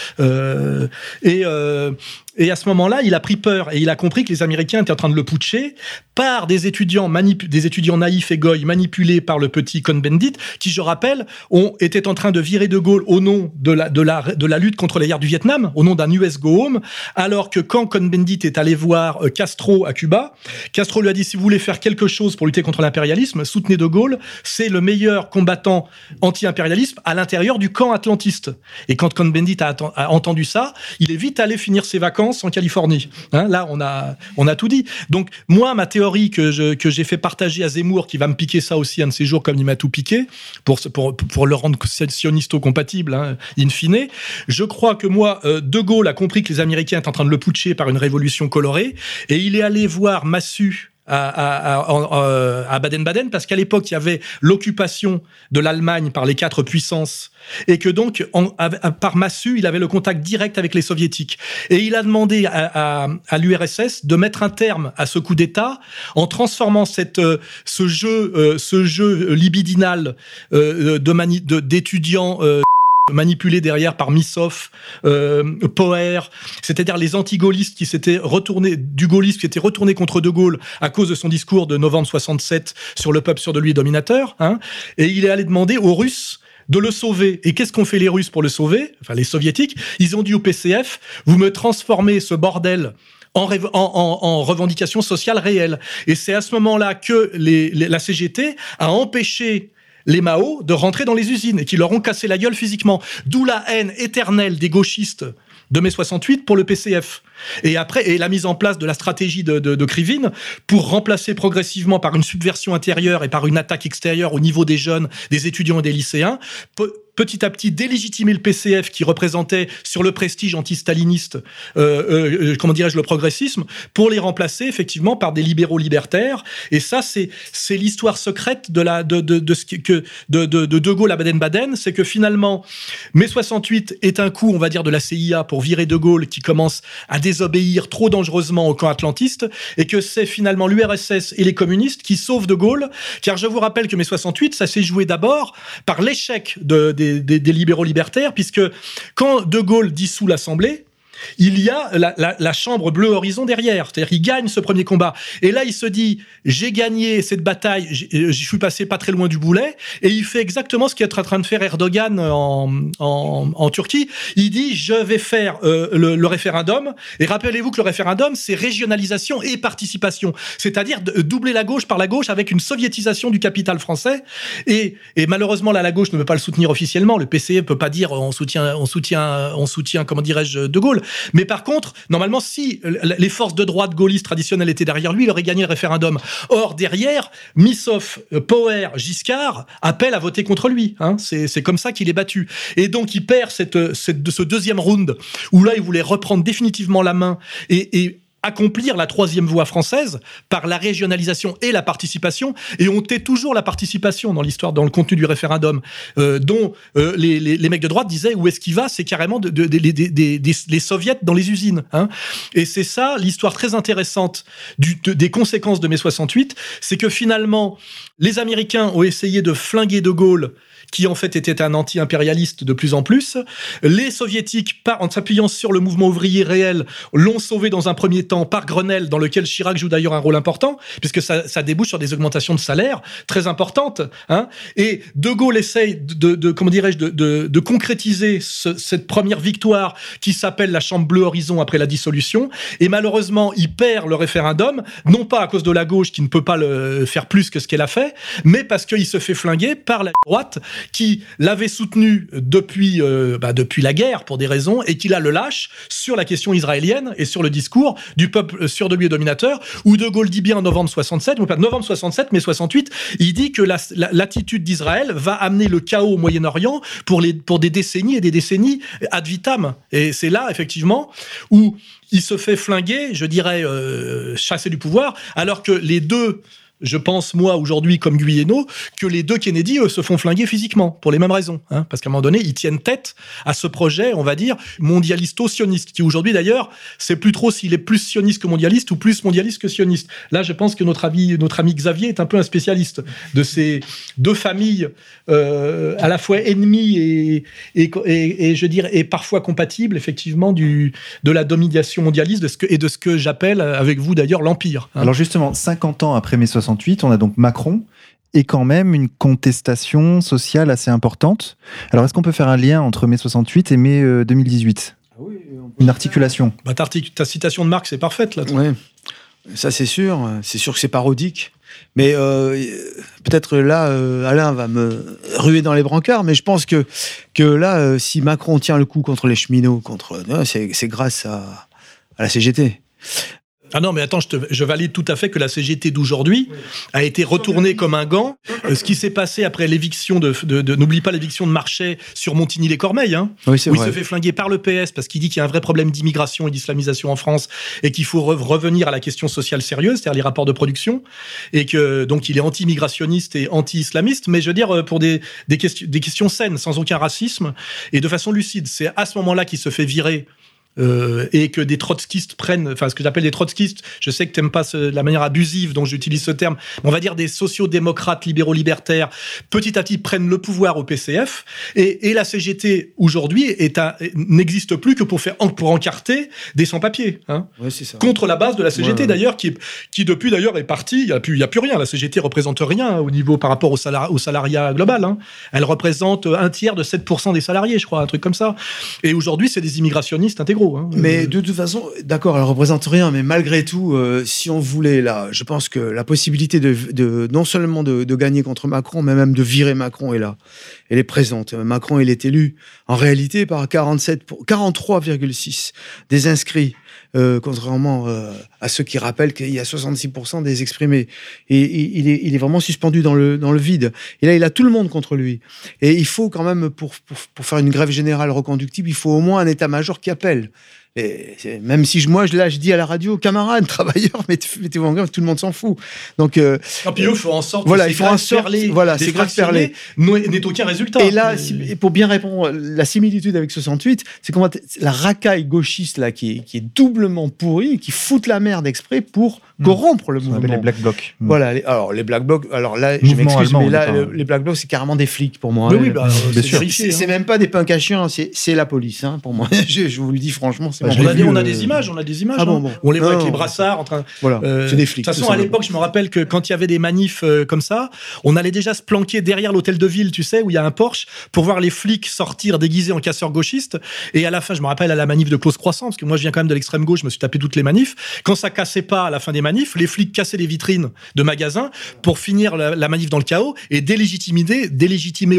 Speaker 4: Et à ce moment-là, il a pris peur et il a compris que les Américains étaient en train de le putcher par des étudiants naïfs et goy manipulés par le petit Cohn-Bendit, qui, je rappelle, étaient en train de virer De Gaulle au nom de la lutte contre les guerres du Vietnam, au nom d'un US Go Home, alors que quand Cohn-Bendit est allé voir Castro à Cuba, Castro lui a dit: si vous voulez faire quelque chose pour lutter contre l'impérialisme, soutenez De Gaulle, c'est le meilleur combattant anti-impérialisme à l'intérieur du camp atlantiste. Et quand Cohn-Bendit a entendu ça, il est vite allé finir ses vacances en Californie. Hein, là, on a tout dit. Donc, moi, ma théorie que j'ai fait partager à Zemmour, qui va me piquer ça aussi un de ces jours, comme il m'a tout piqué, pour le rendre sionisto-compatible, hein, in fine, je crois que moi, De Gaulle a compris que les Américains étaient en train de le putcher par une révolution colorée, et il est allé voir Massu à Baden-Baden, parce qu'à l'époque, il y avait l'occupation de l'Allemagne par les 4 puissances, et que donc, par Massu, il avait le contact direct avec les soviétiques. Et il a demandé à l'URSS de mettre un terme à ce coup d'État en transformant ce jeu libidinal d'étudiants manipulés derrière par Missoff, Poher, c'est-à-dire les anti-gaullistes qui s'étaient retournés, du gaullisme qui était retourné contre De Gaulle à cause de son discours de novembre 67 sur le peuple sûr de lui dominateur, et il est allé demander aux Russes de le sauver. Et qu'est-ce qu'ont fait les Russes pour le sauver? Enfin, les Soviétiques, ils ont dit au PCF, vous me transformez ce bordel en revendication sociale réelle. Et c'est à ce moment-là que la CGT a empêché les Mao de rentrer dans les usines et qui leur ont cassé la gueule physiquement. D'où la haine éternelle des gauchistes de mai 68 pour le PCF. Et après, la mise en place de la stratégie de Krivine pour remplacer progressivement par une subversion intérieure et par une attaque extérieure au niveau des jeunes, des étudiants et des lycéens, petit à petit délégitimer le PCF qui représentait sur le prestige anti-staliniste, le progressisme, pour les remplacer effectivement par des libéraux libertaires. Et ça, c'est l'histoire secrète de De Gaulle à Baden-Baden, c'est que finalement, mai 68 est un coup, on va dire, de la CIA pour virer De Gaulle qui commence à désobéir trop dangereusement au camp atlantiste, et que c'est finalement l'URSS et les communistes qui sauvent De Gaulle, car je vous rappelle que mai 68, ça s'est joué d'abord par l'échec des libéraux libertaires, puisque quand De Gaulle dissout l'Assemblée, il y a la chambre Bleu Horizon derrière, c'est-à-dire qu'il gagne ce premier combat. Et là, il se dit, j'ai gagné cette bataille, je suis passé pas très loin du boulet, et il fait exactement ce qu'est en train de faire Erdogan en Turquie. Il dit, je vais faire le référendum, et rappelez-vous que le référendum, c'est régionalisation et participation, c'est-à-dire doubler la gauche par la gauche avec une soviétisation du capital français, et malheureusement, là, la gauche ne veut pas le soutenir officiellement, le PCE ne peut pas dire, on soutient, comment dirais-je, De Gaulle. Mais par contre, normalement, si les forces de droite gaullistes traditionnelles étaient derrière lui, il aurait gagné le référendum. Or, derrière, Missoff, Poher, Giscard appellent à voter contre lui. C'est comme ça qu'il est battu. Et donc, il perd ce deuxième round, où là, il voulait reprendre définitivement la main et accomplir la troisième voie française par la régionalisation et la participation, et on tait toujours la participation dans l'histoire, dans le contenu du référendum, dont les mecs de droite disaient où est-ce qu'il va, c'est carrément les soviets dans les usines. Et c'est ça l'histoire très intéressante des conséquences de mai 68, c'est que finalement les Américains ont essayé de flinguer De Gaulle, qui en fait était un anti-impérialiste de plus en plus. Les Soviétiques, en s'appuyant sur le mouvement ouvrier réel, l'ont sauvé dans un premier temps par Grenelle, dans lequel Chirac joue d'ailleurs un rôle important, puisque ça débouche sur des augmentations de salaire très importantes. Et De Gaulle essaye de concrétiser cette première victoire qui s'appelle la Chambre Bleu Horizon après la dissolution. Et malheureusement, il perd le référendum, non pas à cause de la gauche qui ne peut pas le faire plus que ce qu'elle a fait, mais parce qu'il se fait flinguer par la droite qui l'avait soutenu depuis la guerre pour des raisons, et qui là le lâche sur la question israélienne et sur le discours du peuple sûr de lui et dominateur, où De Gaulle dit bien en novembre 67, mai 68, il dit que l'attitude d'Israël va amener le chaos au Moyen-Orient pour des décennies et des décennies ad vitam. Et c'est là, effectivement, où il se fait flinguer, je dirais, chasser du pouvoir, alors que les deux... Je pense, moi, aujourd'hui, comme Guyeno, que les deux Kennedy, eux, se font flinguer physiquement, pour les mêmes raisons. Parce qu'à un moment donné, ils tiennent tête à ce projet, on va dire, mondialisto-sioniste, qui aujourd'hui, d'ailleurs, c'est plus trop s'il est plus sioniste que mondialiste ou plus mondialiste que sioniste. Là, je pense que notre ami Xavier est un peu un spécialiste de ces deux familles à la fois ennemies et je dirais, et parfois compatibles, effectivement, de la domination mondialiste et de ce que j'appelle, avec vous d'ailleurs, l'Empire.
Speaker 1: Alors justement, 50 ans après mai 68, on a donc Macron et quand même une contestation sociale assez importante. Alors, est-ce qu'on peut faire un lien entre mai 68 et mai 2018 ? Une articulation.
Speaker 4: Ta citation de Marx c'est parfaite, là.
Speaker 2: Oui, ça c'est sûr. C'est sûr que c'est parodique. Mais peut-être là, Alain va me ruer dans les brancards, mais je pense que là, si Macron tient le coup contre les cheminots, c'est grâce à la CGT.
Speaker 4: Ah non, mais attends, je valide tout à fait que la CGT d'aujourd'hui a été retournée comme un gant. Ce qui s'est passé après l'éviction n'oublie pas l'éviction de Marchais sur Montigny-les-Cormeilles,
Speaker 2: oui, c'est
Speaker 4: où
Speaker 2: vrai.
Speaker 4: il se fait flinguer par le PS parce qu'il dit qu'il y a un vrai problème d'immigration et d'islamisation en France et qu'il faut revenir à la question sociale sérieuse, c'est-à-dire les rapports de production, et que donc il est anti-immigrationniste et anti-islamiste, mais je veux dire pour des questions saines, sans aucun racisme et de façon lucide. C'est à ce moment-là qu'il se fait virer et que des trotskistes prennent, enfin ce que j'appelle des trotskistes, je sais que t'aimes pas la manière abusive dont j'utilise ce terme, mais on va dire des sociaux-démocrates, libéraux-libertaires, petit à petit prennent le pouvoir au PCF, et la CGT aujourd'hui n'existe plus que pour encarter des sans-papiers, hein,
Speaker 2: Ouais, c'est ça.
Speaker 4: contre la base de la CGT d'ailleurs, qui depuis d'ailleurs est partie, il y a plus rien, la CGT représente rien au niveau par rapport au salariat global, hein. Elle représente 1/3 de 7% des salariés, je crois, un truc comme ça, et aujourd'hui c'est des immigrationnistes intégraux. Hein.
Speaker 2: Mais de toute façon, d'accord, elle représente rien, mais malgré tout, si on voulait, là, je pense que la possibilité de non seulement de gagner contre Macron, mais même de virer Macron est là. Elle est présente. Macron, il est élu en réalité par 43,6 des inscrits, contrairement à ceux qui rappellent qu'il y a 66% des exprimés. Et il est vraiment suspendu dans le vide. Et là, il a tout le monde contre lui. Et il faut quand même, pour faire une grève générale reconductible, il faut au moins un état-major qui appelle. Et même si je dis à la radio, camarades, travailleurs, mettez-vous en grève, tout le monde s'en fout. Donc,
Speaker 4: puis eux font en sorte
Speaker 2: voilà,
Speaker 4: que ces grèves perlées n'aient aucun résultat.
Speaker 2: Et là, pour bien répondre, la similitude avec 68, c'est comment la racaille gauchiste là, qui est doublement pourrie, qui fout la merde exprès pour corrompre le mouvement.
Speaker 1: Les Black Blocs.
Speaker 2: Voilà, les Black Blocs. Alors là, je
Speaker 1: Mouvement
Speaker 2: m'excuse,
Speaker 1: allemand,
Speaker 2: mais là, les Black Blocs, c'est carrément des flics pour moi.
Speaker 4: Oui, c'est vérifié.
Speaker 2: C'est même pas des punks à chiens, c'est la police, hein, pour moi. Je vous le dis franchement.
Speaker 4: On a des images.
Speaker 2: Ah bon.
Speaker 4: On les voit avec les brassards en train.
Speaker 2: Voilà, c'est des flics.
Speaker 4: De toute façon, à l'époque, je me rappelle que quand il y avait des manifs comme ça, on allait déjà se planquer derrière l'hôtel de ville, tu sais, où il y a un Porsche, pour voir les flics sortir déguisés en casseurs gauchistes. Et à la fin, je me rappelle à la manif de Cause Croissant, parce que moi, je viens quand même de l'extrême gauche, je me suis tapé toutes les manifs. Quand ça cassait pas à la fin des manifs, les flics cassaient les vitrines de magasins pour finir la manif dans le chaos et délégitimer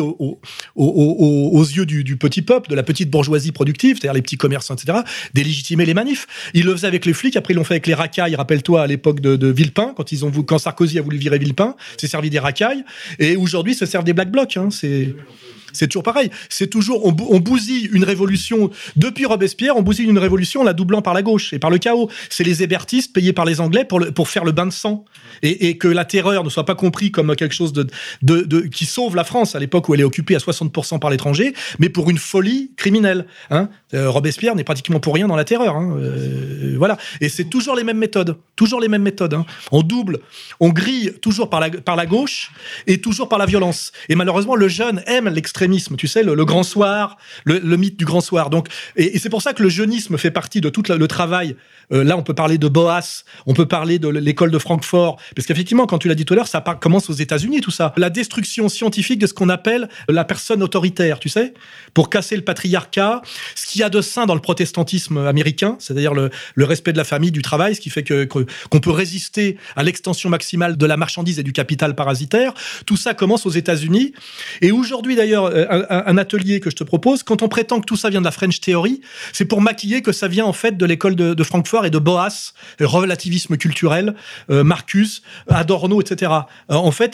Speaker 4: aux yeux du petit peuple, de la petite bourgeoisie productive, c'est-à-dire les petits commerçants, etc., délégitimer les manifs. Ils le faisaient avec les flics, après ils l'ont fait avec les racailles, rappelle-toi à l'époque de Villepin, quand Sarkozy a voulu virer Villepin, c'est servi des racailles, et aujourd'hui se servent des Black Blocs, hein, c'est toujours pareil. C'est toujours, on bousille une révolution. Depuis Robespierre, on bousille une révolution en la doublant par la gauche et par le chaos. C'est les hébertistes payés par les Anglais pour faire le bain de sang. Et que la terreur ne soit pas compris comme quelque chose qui sauve la France à l'époque où elle est occupée à 60% par l'étranger, mais pour une folie criminelle. Hein. Robespierre n'est pratiquement pour rien dans la terreur. Hein. Voilà. Et c'est toujours les mêmes méthodes. Toujours les mêmes méthodes. Hein. On double, on grille toujours par la gauche et toujours par la violence. Et malheureusement, le jeune aime l'extrémisme. Tu sais, le grand soir, le mythe du grand soir. Donc, et c'est pour ça que le jeunisme fait partie de tout le travail. Là, on peut parler de Boas, on peut parler de l'école de Francfort, parce qu'effectivement, quand tu l'as dit tout à l'heure, ça commence aux États-Unis, tout ça. La destruction scientifique de ce qu'on appelle la personne autoritaire, tu sais, pour casser le patriarcat, ce qu'il y a de sain dans le protestantisme américain, c'est-à-dire le respect de la famille, du travail, ce qui fait qu'on peut résister à l'extension maximale de la marchandise et du capital parasitaire. Tout ça commence aux États-Unis. Et aujourd'hui, d'ailleurs, un atelier que je te propose, quand on prétend que tout ça vient de la French Theory, c'est pour maquiller que ça vient en fait de l'école de Francfort et de Boas, relativisme culturel, Marcus, Adorno, etc. En fait,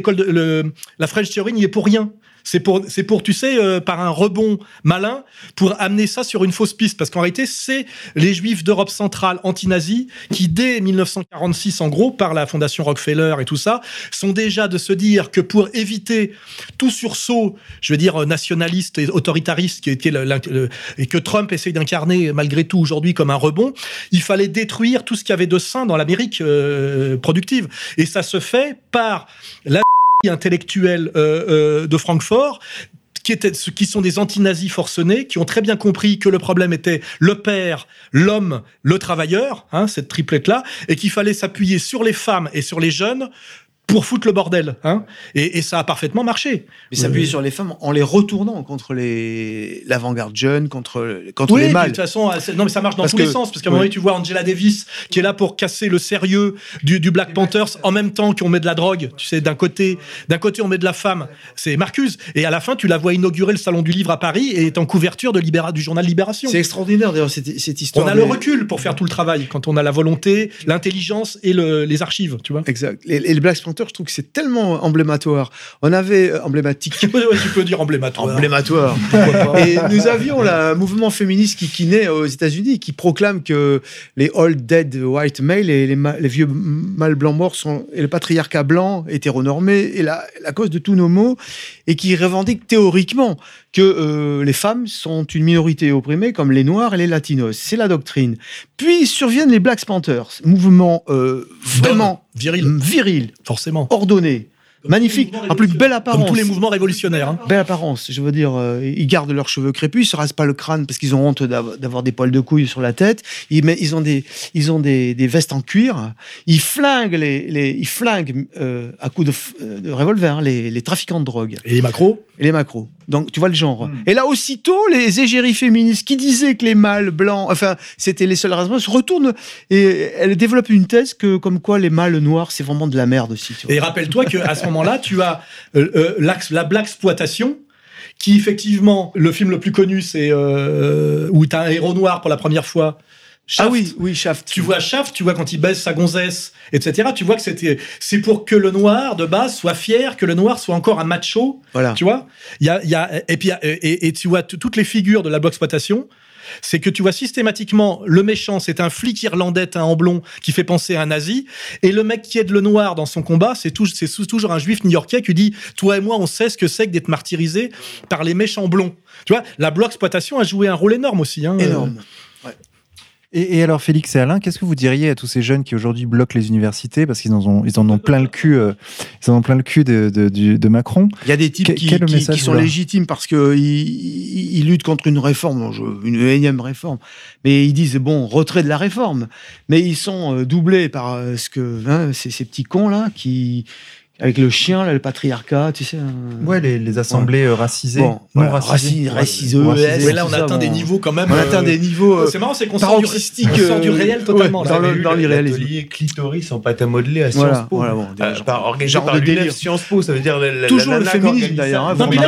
Speaker 4: la French Theory n'y est pour rien. C'est pour, tu sais, par un rebond malin, pour amener ça sur une fausse piste. Parce qu'en réalité, c'est les Juifs d'Europe centrale anti-nazis qui, dès 1946, en gros, par la Fondation Rockefeller et tout ça, sont déjà de se dire que pour éviter tout sursaut, je veux dire, nationaliste et autoritariste, et que Trump essaye d'incarner malgré tout aujourd'hui comme un rebond, il fallait détruire tout ce qu'il y avait de sain dans l'Amérique productive. Et ça se fait par la intellectuels de Francfort, qui sont des anti-nazis forcenés, qui ont très bien compris que le problème était le père, l'homme, le travailleur, hein, cette triplette-là, et qu'il fallait s'appuyer sur les femmes et sur les jeunes pour foutre le bordel, hein. Et ça a parfaitement marché.
Speaker 2: Mais s'appuyer sur les femmes en les retournant contre l'avant-garde jeune, contre les mâles.
Speaker 4: De toute façon, non, mais ça marche dans tous les sens, parce qu'à un moment, tu vois Angela Davis qui est là pour casser le sérieux du Black Panthers en même temps qu'on met de la drogue. Tu sais, d'un côté, on met de la femme. C'est Marcuse. Et à la fin, tu la vois inaugurer le salon du livre à Paris et est en couverture du journal Libération.
Speaker 2: C'est extraordinaire d'ailleurs cette histoire.
Speaker 4: On a le recul pour faire tout le travail quand on a la volonté, l'intelligence et les archives, tu vois.
Speaker 2: Exact. Et le Black Panther, je trouve que c'est tellement emblématoire. On avait emblématique.
Speaker 4: Ouais, tu peux dire emblématoire.
Speaker 2: Emblématoire. Et nous avions un mouvement féministe qui naît aux États-Unis, qui proclame que les old dead white males et les vieux mâles blancs morts et le patriarcat blanc hétéronormé est la cause de tous nos maux, et qui revendique théoriquement que les femmes sont une minorité opprimée, comme les Noirs et les Latinos. C'est la doctrine. Puis surviennent les Black Panthers, mouvement vraiment viril,
Speaker 4: forcément,
Speaker 2: ordonné. Magnifique, en plus belle apparence.
Speaker 4: Comme tous les mouvements révolutionnaires. Hein.
Speaker 2: Belle apparence, je veux dire, ils gardent leurs cheveux crépus, ils se rasent pas le crâne parce qu'ils ont honte d'avoir des poils de couilles sur la tête. Ils ont des vestes en cuir. Ils flinguent à coups de revolver les trafiquants de drogue.
Speaker 4: Et les macros.
Speaker 2: Donc tu vois le genre. Et là aussitôt, les égéries féministes qui disaient que les mâles blancs, enfin c'était les seuls raisonnements, se retournent et elles développent une thèse comme quoi les mâles noirs c'est vraiment de la merde aussi. Tu vois.
Speaker 4: Et rappelle-toi qu'à ce moment-là, tu as la blaxploitation, qui effectivement, le film le plus connu, c'est où tu as un héros noir pour la première fois. Shaft.
Speaker 2: Ah oui, Shaft.
Speaker 4: Tu vois Shaft, tu vois quand il baise sa gonzesse, etc. Tu vois que c'est pour que le noir de base soit fier, que le noir soit encore un macho.
Speaker 2: Voilà.
Speaker 4: Tu vois. Et tu vois toutes les figures de la blaxploitation. C'est que tu vois systématiquement le méchant, c'est un flic irlandais teint en blond qui fait penser à un nazi, et le mec qui aide le noir dans son combat, c'est toujours un juif new-yorkais qui dit « Toi et moi, on sait ce que c'est que d'être martyrisé par les méchants blonds. » Tu vois, la blaxploitation a joué un rôle énorme aussi. Hein,
Speaker 2: énorme. Ouais.
Speaker 1: Et alors, Félix et Alain, qu'est-ce que vous diriez à tous ces jeunes qui aujourd'hui bloquent les universités parce qu'ils en ont plein le cul, de Macron?
Speaker 2: Il y a des types qui sont légitimes parce qu'ils luttent contre une réforme, une énième réforme, mais ils disent bon, retrait de la réforme, mais ils sont doublés par ces petits cons là qui avec le chien, là, le patriarcat, tu sais.
Speaker 1: Ouais, les assemblées racisées.
Speaker 2: Bon, racisées.
Speaker 4: Mais là, on atteint des niveaux quand même.
Speaker 2: On atteint des niveaux.
Speaker 4: C'est marrant, c'est qu'on sort du réel totalement.
Speaker 3: Dans l'irréalisme. L'atelier clitoris en pâte à modeler à Sciences Po. Organisé par l'UNEF Sciences Po, ça veut dire
Speaker 2: toujours le féminisme d'ailleurs.
Speaker 4: Non, mais là,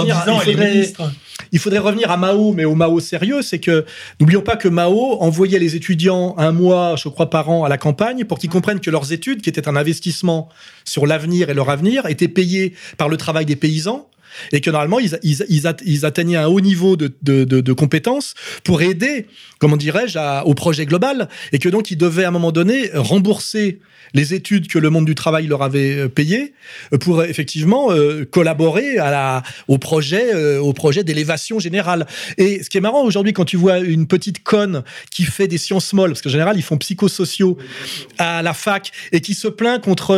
Speaker 4: il faudrait revenir à Mao, mais au Mao sérieux, c'est que, n'oublions pas que Mao envoyait les étudiants un mois, je crois, par an à la campagne pour qu'ils comprennent que leurs études, qui étaient un investissement sur l'avenir et leur avenir, étaient payées par le travail des paysans, et que normalement, ils atteignaient un haut niveau de compétences pour aider, comment dirais-je, au projet global, et que donc ils devaient à un moment donné rembourser les études que le monde du travail leur avait payées pour effectivement collaborer au projet d'élévation générale. Et ce qui est marrant aujourd'hui, quand tu vois une petite conne qui fait des sciences molles, parce qu'en général ils font psychosociaux à la fac, et qui se plaint contre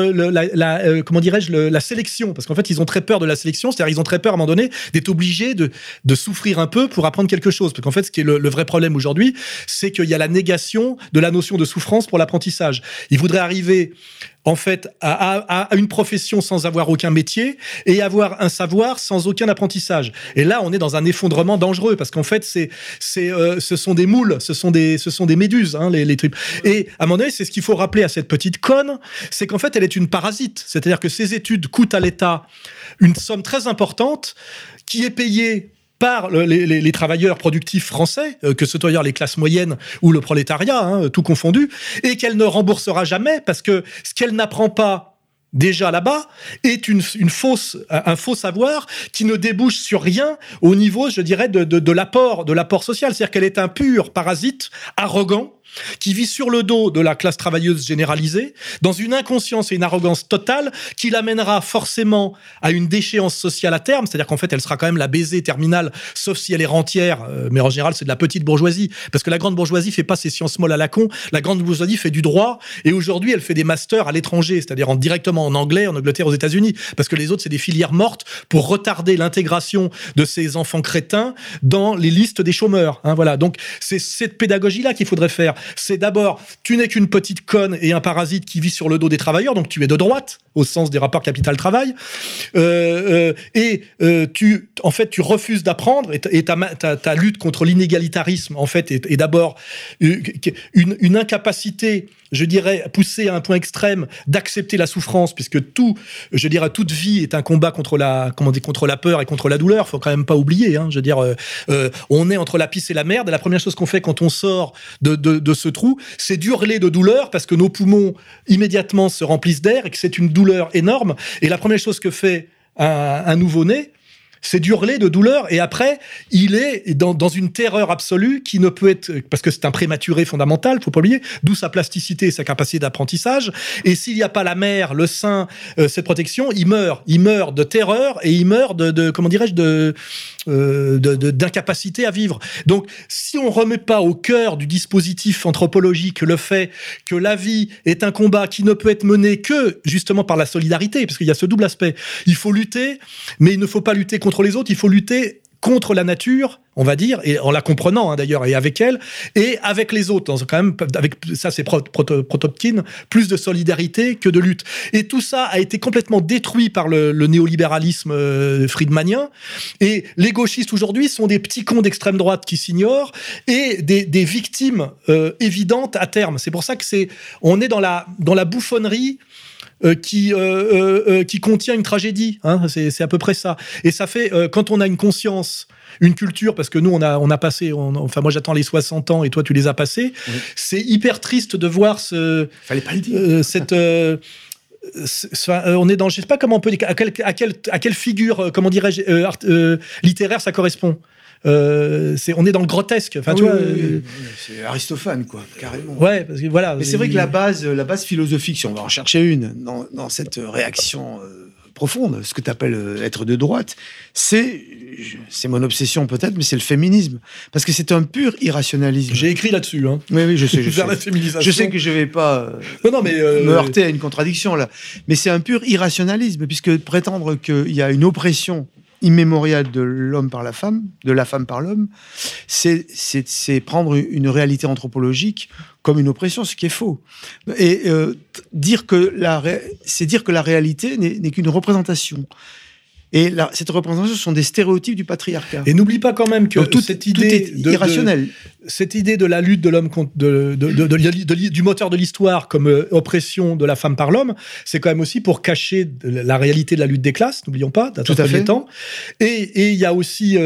Speaker 4: la sélection, parce qu'en fait ils ont très peur de la sélection, c'est-à-dire ils ont très peur à un moment donné d'être obligés de souffrir un peu pour apprendre quelque chose, parce qu'en fait ce qui est le vrai problème aujourd'hui, c'est qu'il y a la négation de la notion de souffrance pour l'apprentissage. Ils voudraient arriver en fait à une profession sans avoir aucun métier et avoir un savoir sans aucun apprentissage. Et là, on est dans un effondrement dangereux parce qu'en fait, ce sont des moules, ce sont des méduses, hein, les trucs. Et à un moment donné, c'est ce qu'il faut rappeler à cette petite conne, c'est qu'en fait, elle est une parasite. C'est-à-dire que ces études coûtent à l'État une somme très importante qui est payée par les travailleurs productifs français, que ce soit d'ailleurs les classes moyennes ou le prolétariat, hein, tout confondu, et qu'elle ne remboursera jamais parce que ce qu'elle n'apprend pas déjà là-bas est un faux savoir qui ne débouche sur rien au niveau, je dirais, de l'apport social. C'est-à-dire qu'elle est un pur parasite arrogant qui vit sur le dos de la classe travailleuse généralisée, dans une inconscience et une arrogance totale qui l'amènera forcément à une déchéance sociale à terme, c'est-à-dire qu'en fait, elle sera quand même la baisée terminale, sauf si elle est rentière, mais en général, c'est de la petite bourgeoisie, parce que la grande bourgeoisie fait pas ses sciences molles à la con, la grande bourgeoisie fait du droit, et aujourd'hui, elle fait des masters à l'étranger, c'est-à-dire directement en anglais, en Angleterre, aux États-Unis, parce que les autres, c'est des filières mortes pour retarder l'intégration de ces enfants crétins dans les listes des chômeurs. Hein, voilà. Donc, c'est cette pédagogie-là qu'il faudrait faire. C'est d'abord, tu n'es qu'une petite conne et un parasite qui vit sur le dos des travailleurs, donc tu es de droite, au sens des rapports capital-travail, tu refuses d'apprendre, et ta lutte contre l'inégalitarisme, en fait, est d'abord une incapacité, je dirais, poussée à un point extrême, d'accepter la souffrance, puisque toute vie est un combat contre la peur et contre la douleur, faut quand même pas oublier, hein, je veux dire, on est entre la pisse et la merde, et la première chose qu'on fait quand on sort de ce trou, c'est d'hurler de douleur, parce que nos poumons immédiatement se remplissent d'air, et que c'est une douleur énorme, et la première chose que fait un nouveau-né, c'est d'hurler de douleur, et après, il est dans une terreur absolue qui ne peut être, parce que c'est un prématuré fondamental, faut pas oublier, d'où sa plasticité et sa capacité d'apprentissage, et s'il n'y a pas la mère, le sein, cette protection, il meurt de terreur, et il meurt d'incapacité à vivre. Donc, si on remet pas au cœur du dispositif anthropologique le fait que la vie est un combat qui ne peut être mené que justement par la solidarité, parce qu'il y a ce double aspect. Il faut lutter, mais il ne faut pas lutter contre les autres, il faut lutter contre la nature, on va dire, et en la comprenant d'ailleurs, et avec elle, et avec les autres. Quand même, avec ça, c'est Protopkin, plus de solidarité que de lutte. Et tout ça a été complètement détruit par le néolibéralisme friedmanien. Et les gauchistes aujourd'hui sont des petits cons d'extrême droite qui s'ignorent et des victimes évidentes à terme. C'est pour ça que on est dans la bouffonnerie. Qui contient une tragédie, hein, c'est à peu près ça. Et ça fait quand on a une conscience, une culture, parce que nous on a passé, enfin moi j'attends les 60 ans et toi tu les as passés. Oui. C'est hyper triste de voir
Speaker 2: fallait pas le dire.
Speaker 4: On est dans, je sais pas comment on peut dire, à quelle figure, comment dirais-je, littéraire ça correspond. On est dans le grotesque. Enfin, tu vois,
Speaker 2: c'est Aristophane, quoi, carrément.
Speaker 4: Ouais, parce que voilà.
Speaker 2: Mais c'est vrai que la base philosophique, si on va en chercher une, dans cette réaction profonde, ce que tu appelles être de droite, c'est mon obsession peut-être, mais c'est le féminisme. Parce que c'est un pur irrationalisme.
Speaker 4: J'ai écrit là-dessus. Hein.
Speaker 2: Oui, je sais.
Speaker 4: Vers la féminisation.
Speaker 2: Je sais que je vais pas me heurter à une contradiction, là. Mais c'est un pur irrationalisme, puisque prétendre qu'il y a une oppression immémoriale de l'homme par la femme, de la femme par l'homme, c'est prendre une réalité anthropologique comme une oppression, ce qui est faux. Et dire que la réalité n'est qu'une représentation. Et cette représentation, ce sont des stéréotypes du patriarcat.
Speaker 4: Et n'oublie pas quand même que cette idée
Speaker 2: irrationnelle.
Speaker 4: Cette idée de la lutte de l'homme contre du moteur de l'histoire comme oppression de la femme par l'homme, c'est quand même aussi pour cacher la réalité de la lutte des classes. N'oublions pas, d'un premier temps. Et il y a aussi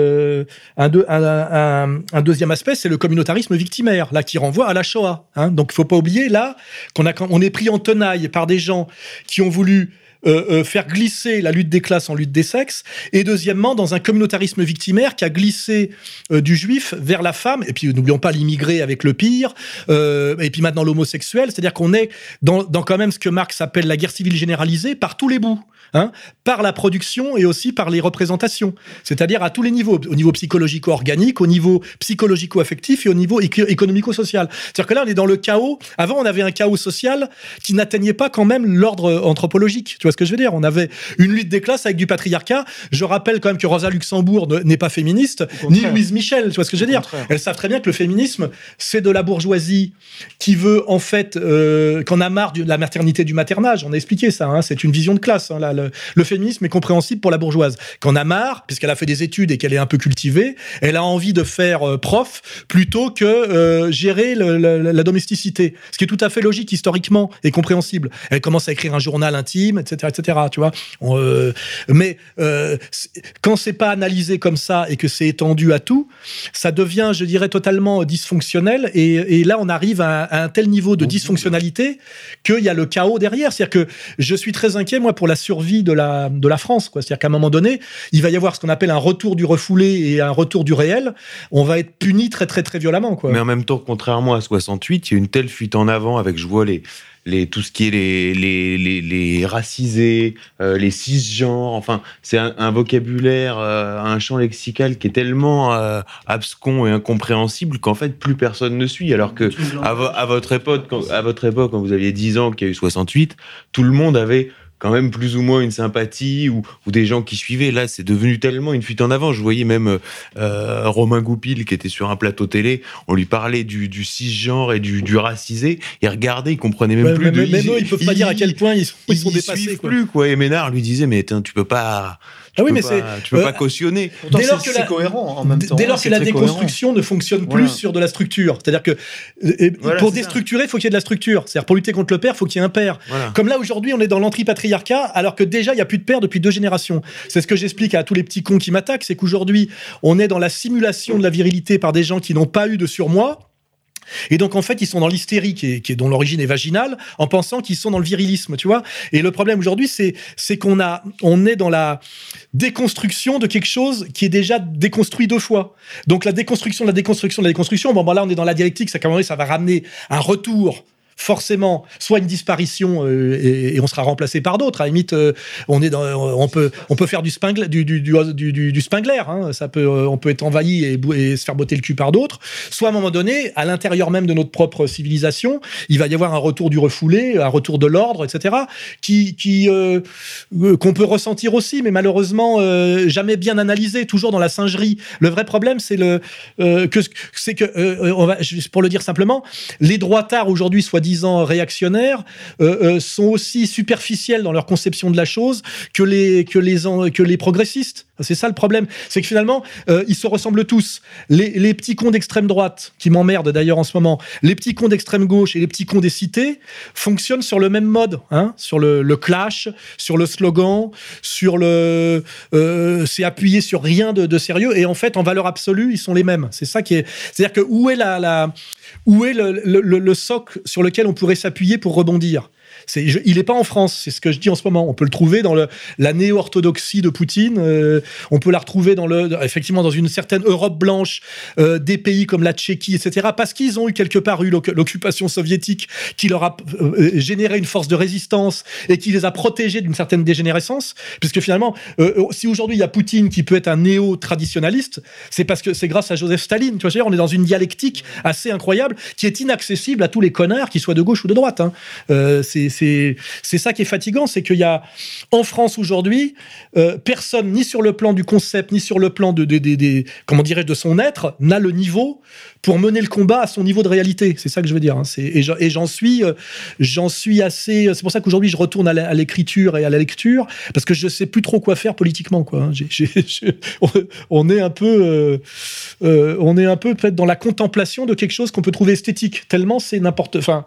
Speaker 4: un deuxième aspect, c'est le communautarisme victimaire, là qui renvoie à la Shoah. Hein. Donc il faut pas oublier là qu'on est pris en tenaille par des gens qui ont voulu faire glisser la lutte des classes en lutte des sexes, et deuxièmement dans un communautarisme victimaire qui a glissé du juif vers la femme, et puis n'oublions pas l'immigré avec le pire, et puis maintenant l'homosexuel, c'est-à-dire qu'on est dans quand même ce que Marx appelle la guerre civile généralisée par tous les bouts, hein, par la production et aussi par les représentations, c'est-à-dire à tous les niveaux, au niveau psychologico-organique, au niveau psychologico-affectif et au niveau économico-social. C'est-à-dire que là on est dans le chaos. Avant on avait un chaos social qui n'atteignait pas quand même l'ordre anthropologique, tu vois ce que je veux dire. On avait une lutte des classes avec du patriarcat. Je rappelle quand même que Rosa Luxembourg n'est pas féministe, ni Louise Michel, tu vois ce que je veux dire. Elles savent très bien que le féminisme, c'est de la bourgeoisie qui veut en fait qu'on a marre de la maternité du maternage. On a expliqué ça, hein, c'est une vision de classe. Hein, là, le féminisme est compréhensible pour la bourgeoise. Qu'on a marre, puisqu'elle a fait des études et qu'elle est un peu cultivée, elle a envie de faire prof plutôt que gérer la domesticité. Ce qui est tout à fait logique historiquement et compréhensible. Elle commence à écrire un journal intime, etc. Tu vois. Mais quand c'est pas analysé comme ça et que c'est étendu à tout, ça devient, je dirais, totalement dysfonctionnel. Et là, on arrive à un tel niveau de dysfonctionnalité qu'il y a le chaos derrière. C'est-à-dire que je suis très inquiet, moi, pour la survie de la France, quoi. C'est-à-dire qu'à un moment donné, il va y avoir ce qu'on appelle un retour du refoulé et un retour du réel. On va être puni très, très, très violemment, quoi.
Speaker 3: Mais en même temps, contrairement à 68, il y a une telle fuite en avant avec, je vois tout ce qui est les racisés, les cisgenres, enfin, c'est un vocabulaire, un champ lexical qui est tellement abscon et incompréhensible qu'en fait, plus personne ne suit. Alors que à votre époque, quand vous aviez 10 ans, qu'il y a eu 68, tout le monde avait quand même plus ou moins une sympathie ou des gens qui suivaient. Là, c'est devenu tellement une fuite en avant. Je voyais même Romain Goupil qui était sur un plateau télé. On lui parlait du cisgenre et du racisé. Il regardait, il comprenait même plus.
Speaker 4: Mais eux, ils peuvent pas dire à quel point ils sont dépassés.
Speaker 3: Suivent plus, quoi. Et Ménard lui disait, mais tu peux pas. Tu peux pas cautionner.
Speaker 2: Dès lors que c'est cohérent en même temps.
Speaker 4: Dès lors que la déconstruction ne fonctionne plus sur de la structure. C'est-à-dire que pour déstructurer, il faut qu'il y ait de la structure. C'est-à-dire pour lutter contre le père, il faut qu'il y ait un père. Voilà. Comme là aujourd'hui, on est dans l'antipatriarcat, alors que déjà il y a plus de père depuis 2 générations. C'est ce que j'explique à tous les petits cons qui m'attaquent, c'est qu'aujourd'hui, on est dans la simulation de la virilité par des gens qui n'ont pas eu de surmoi. Et donc en fait ils sont dans l'hystérie dont l'origine est vaginale, en pensant qu'ils sont dans le virilisme, tu vois. Et le problème aujourd'hui c'est qu'on est dans la déconstruction de quelque chose qui est déjà déconstruit 2 fois. Donc la déconstruction de la déconstruction de la déconstruction, bon là on est dans la dialectique, ça va ramener un retour forcément soit une disparition et on sera remplacé par d'autres. À la limite, on peut faire du Spengler. Hein. On peut être envahi et se faire botter le cul par d'autres. Soit à un moment donné, à l'intérieur même de notre propre civilisation, il va y avoir un retour du refoulé, un retour de l'ordre, etc. Qu'on peut ressentir aussi, mais malheureusement jamais bien analysé, toujours dans la singerie. Le vrai problème, c'est pour le dire simplement, les droitards aujourd'hui soi-disant réactionnaires sont aussi superficiels dans leur conception de la chose que les progressistes. C'est ça le problème, c'est que finalement ils se ressemblent tous. Les petits cons d'extrême droite qui m'emmerdent d'ailleurs en ce moment, les petits cons d'extrême gauche et les petits cons des cités fonctionnent sur le même mode, hein, sur le clash, sur le slogan, sur c'est appuyé sur rien de sérieux, et en fait en valeur absolue ils sont les mêmes. C'est ça qui est, c'est-à-dire que où est le socle sur lequel on pourrait s'appuyer pour rebondir? Il n'est pas en France, c'est ce que je dis en ce moment. On peut le trouver dans la néo-orthodoxie de Poutine. On peut la retrouver effectivement dans une certaine Europe blanche, des pays comme la Tchéquie, etc. Parce qu'ils ont quelque part eu l'occupation soviétique qui leur a généré une force de résistance et qui les a protégés d'une certaine dégénérescence. Puisque finalement, si aujourd'hui il y a Poutine qui peut être un néo-traditionnaliste, c'est parce que c'est grâce à Joseph Staline. Tu vois, on est dans une dialectique assez incroyable qui est inaccessible à tous les connards, qu'ils soient de gauche ou de droite. Hein. C'est ça qui est fatigant, c'est qu'il y a en France aujourd'hui personne, ni sur le plan du concept, ni sur le plan comment dirais-je, de son être, n'a le niveau pour mener le combat à son niveau de réalité. C'est ça que je veux dire. Hein. J'en suis assez. C'est pour ça qu'aujourd'hui je retourne à l'écriture et à la lecture, parce que je sais plus trop quoi faire politiquement, quoi. On est un peu peut-être dans la contemplation de quelque chose qu'on peut trouver esthétique, tellement c'est n'importe. Enfin.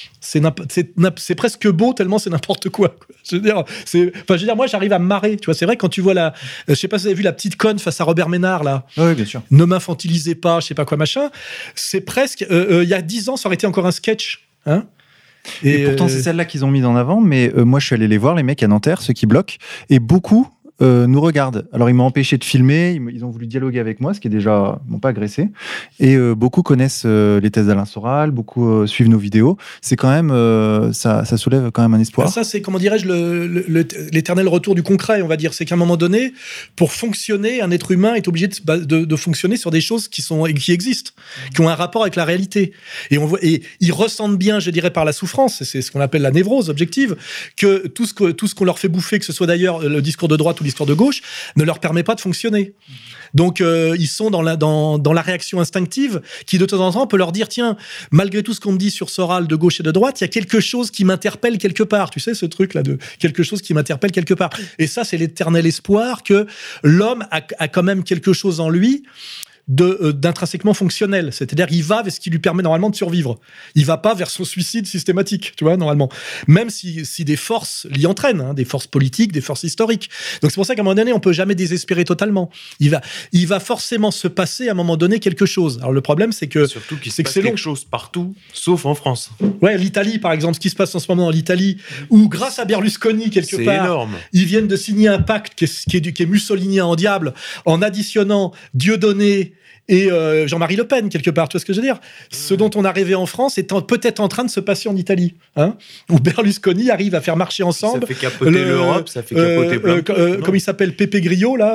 Speaker 4: C'est presque beau tellement c'est n'importe quoi. Je veux dire, moi j'arrive à me marrer. Tu vois, c'est vrai quand tu vois je sais pas si vous avez vu la petite conne face à Robert Ménard là.
Speaker 1: Oui, bien sûr.
Speaker 4: Ne m'infantilisez pas, je sais pas quoi machin. C'est presque. Il y a 10 ans, ça aurait été encore un sketch. Hein.
Speaker 1: Et pourtant c'est celle-là qu'ils ont mis en avant. Mais moi je suis allé les voir, les mecs à Nanterre, ceux qui bloquent, et beaucoup nous regardent. Alors ils m'ont empêché de filmer, ils ont voulu dialoguer avec moi, ce qui est déjà, m'ont pas agressé. Et beaucoup connaissent les thèses d'Alain Soral, beaucoup suivent nos vidéos. C'est quand même, ça soulève quand même un espoir.
Speaker 4: Alors ça, c'est, comment dirais-je, l'éternel retour du concret, on va dire. C'est qu'à un moment donné, pour fonctionner, un être humain est obligé de fonctionner sur des choses qui existent, qui ont un rapport avec la réalité. Et ils ressentent bien, je dirais, par la souffrance, c'est ce qu'on appelle la névrose objective, que tout ce qu'on leur fait bouffer, que ce soit d'ailleurs le discours de droite ou l'histoire de gauche, ne leur permet pas de fonctionner. Donc ils sont dans la réaction instinctive qui de temps en temps peut leur dire, tiens, malgré tout ce qu'on me dit sur Soral de gauche et de droite, il y a quelque chose qui m'interpelle quelque part. Tu sais, ce truc là de quelque chose qui m'interpelle quelque part. Et ça, c'est l'éternel espoir que l'homme a quand même quelque chose en lui d'intrinsèquement fonctionnel, c'est-à-dire il va vers ce qui lui permet normalement de survivre. Il va pas vers son suicide systématique, tu vois, normalement. Même si des forces l'y entraînent, hein, des forces politiques, des forces historiques. Donc c'est pour ça qu'à un moment donné, on peut jamais désespérer totalement. Il va forcément se passer à un moment donné quelque chose. Alors le problème, c'est que
Speaker 3: surtout qu'il se passe quelque chose partout, sauf en France.
Speaker 4: Ouais, l'Italie par exemple, ce qui se passe en ce moment dans l'Italie, où grâce à Berlusconi quelque part,
Speaker 3: énorme.
Speaker 4: Ils viennent de signer un pacte qui est mussolinien en diable, en additionnant Dieudonné et Jean-Marie Le Pen, quelque part, tu vois ce que je veux dire ? Ce dont on a rêvé en France est peut-être en train de se passer en Italie, hein, où Berlusconi arrive à faire marcher ensemble.
Speaker 3: Ça fait capoter l'Europe, ça fait capoter plein de...
Speaker 4: Comme il s'appelle, Pepe Grillo, là,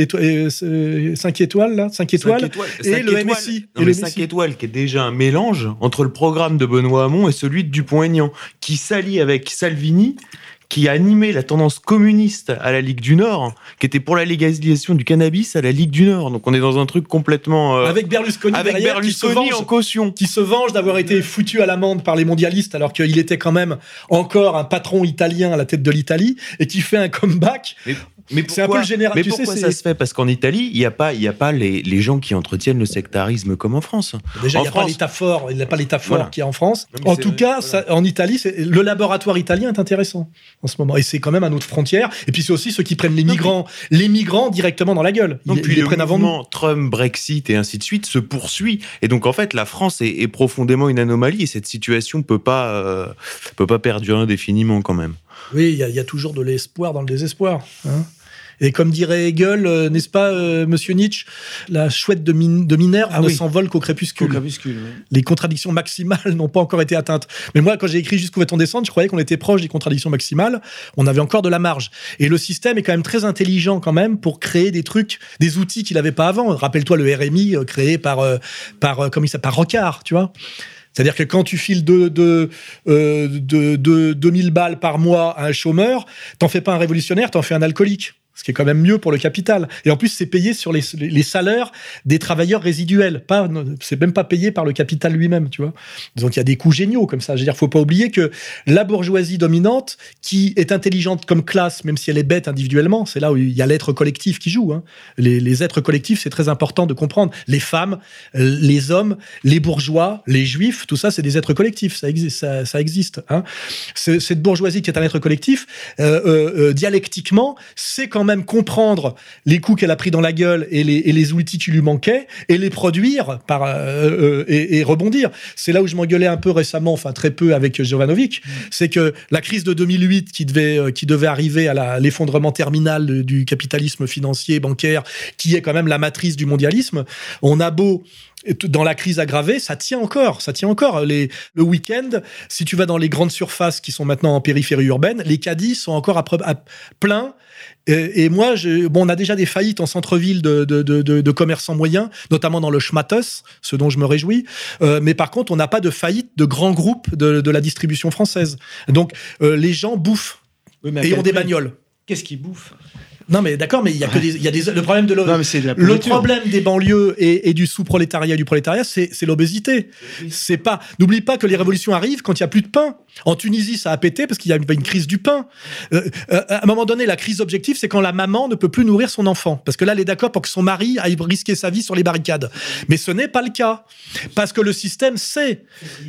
Speaker 4: 5 étoiles, là, 5 étoiles, et le MSI.
Speaker 3: Non, mais 5 étoiles, qui est déjà un mélange entre le programme de Benoît Hamon et celui de Dupont-Aignan, qui s'allie avec Salvini, qui a animé la tendance communiste à la Ligue du Nord, qui était pour la légalisation du cannabis à la Ligue du Nord. Donc on est dans un truc complètement...
Speaker 4: avec Berlusconi derrière,
Speaker 3: en caution.
Speaker 4: Qui se venge d'avoir été foutu à l'amende par les mondialistes, alors qu'il était quand même encore un patron italien à la tête de l'Italie, et qui fait un comeback...
Speaker 3: Mais pourquoi,
Speaker 4: c'est un peu le général.
Speaker 3: Mais pourquoi ça se fait ? Parce qu'en Italie, il n'y a pas les gens qui entretiennent le sectarisme comme en France.
Speaker 4: Déjà, il n'y a pas l'État fort. Il n'y a pas l'État fort qu'il y a en France.
Speaker 3: Non,
Speaker 4: en tout cas, en Italie, le laboratoire italien est intéressant en ce moment. Et c'est quand même à notre frontière. Et puis c'est aussi ceux qui prennent les migrants directement dans la gueule.
Speaker 3: Ils les prennent avant nous. Trump, Brexit et ainsi de suite se poursuit. Et donc en fait, la France est profondément une anomalie. Et cette situation peut pas perdurer indéfiniment quand même.
Speaker 4: Oui, il y a toujours de l'espoir dans le désespoir. Hein. Et comme dirait Hegel, n'est-ce pas, monsieur Nietzsche, la chouette de Minerve ne s'envole qu'au crépuscule. Les contradictions maximales n'ont pas encore été atteintes. Mais moi, quand j'ai écrit Jusqu'où va-t-on descendre, je croyais qu'on était proche des contradictions maximales. On avait encore de la marge. Et le système est quand même très intelligent quand même pour créer des trucs, des outils qu'il n'avait pas avant. Rappelle-toi le RMI créé par Rocard, tu vois. C'est-à-dire que quand tu files 2000 balles par mois à un chômeur, t'en fais pas un révolutionnaire, t'en fais un alcoolique. Ce qui est quand même mieux pour le capital. Et en plus, c'est payé sur les salaires des travailleurs résiduels. C'est même pas payé par le capital lui-même, tu vois. Donc, il y a des coups géniaux comme ça. Je veux dire, faut pas oublier que la bourgeoisie dominante, qui est intelligente comme classe, même si elle est bête individuellement, c'est là où il y a l'être collectif qui joue. Hein. Les êtres collectifs, c'est très important de comprendre. Les femmes, les hommes, les bourgeois, les juifs, tout ça, c'est des êtres collectifs. Ça existe. Hein. Cette bourgeoisie qui est un être collectif, dialectiquement, c'est quand même comprendre les coups qu'elle a pris dans la gueule et les outils qui lui manquaient et les produire et rebondir. C'est là où je m'engueulais un peu récemment, enfin très peu avec Jovanovic, c'est que la crise de 2008 qui devait arriver à l'effondrement terminal du capitalisme financier, bancaire, qui est quand même la matrice du mondialisme, on a beau dans la crise aggravée, ça tient encore. Le week-end, si tu vas dans les grandes surfaces qui sont maintenant en périphérie urbaine, les caddies sont encore à plein. Et moi, on a déjà des faillites en centre-ville de commerçants moyens, notamment dans le Schmattes, ce dont je me réjouis. Mais par contre, on n'a pas de faillite de grands groupes de la distribution française. Donc, les gens bouffent et ont des bagnoles.
Speaker 2: Qu'est-ce qu'ils bouffent ?
Speaker 4: Non, mais d'accord, mais il y a le problème
Speaker 2: le
Speaker 4: problème des banlieues et du sous-prolétariat et du prolétariat, c'est l'obésité. C'est pas. N'oublie pas que les révolutions arrivent quand il y a plus de pain. En Tunisie, ça a pété parce qu'il y a une crise du pain. À un moment donné, la crise objective, c'est quand la maman ne peut plus nourrir son enfant, parce que là, elle est d'accord pour que son mari aille risquer sa vie sur les barricades. Mais ce n'est pas le cas, parce que le système c'est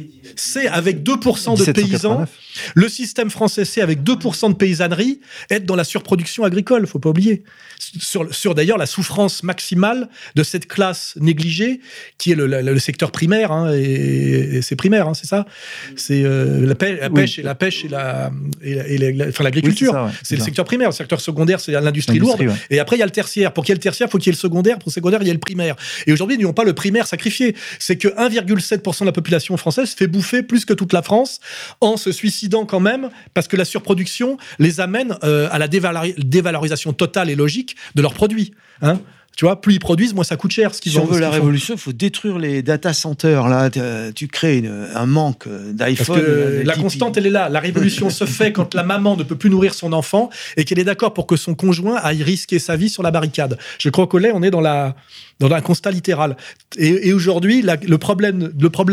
Speaker 4: avec 2% de paysans. Le système français, c'est avec 2% de paysannerie, être dans la surproduction agricole. Faut pas oublier. Sur d'ailleurs la souffrance maximale de cette classe négligée qui est le secteur primaire, hein, et c'est primaire, hein, c'est ça. C'est la pêche et l'agriculture.
Speaker 1: Oui,
Speaker 4: c'est le secteur primaire. Le secteur secondaire, c'est l'industrie lourde. Ouais. Et après, il y a le tertiaire. Pour qu'il y ait le tertiaire, il faut qu'il y ait le secondaire. Pour le secondaire, il y a le primaire. Et aujourd'hui, ils n'ont pas le primaire sacrifié. C'est que 1,7% de la population française fait bouffer plus que toute la France en se suicidant quand même, parce que la surproduction les amène à la dévalorisation totale et logique de leurs produits. Hein. Tu vois, plus ils produisent, moins ça coûte cher.
Speaker 2: Si on veut la révolution, il faut détruire les data centers. Là, tu crées un manque d'iPhone.
Speaker 4: Parce que la constante, elle est là. La révolution se fait quand la maman ne peut plus nourrir son enfant et qu'elle est d'accord pour que son conjoint aille risquer sa vie sur la barricade. Je crois qu'au lait, on est dans un constat littéral. Et aujourd'hui, le problème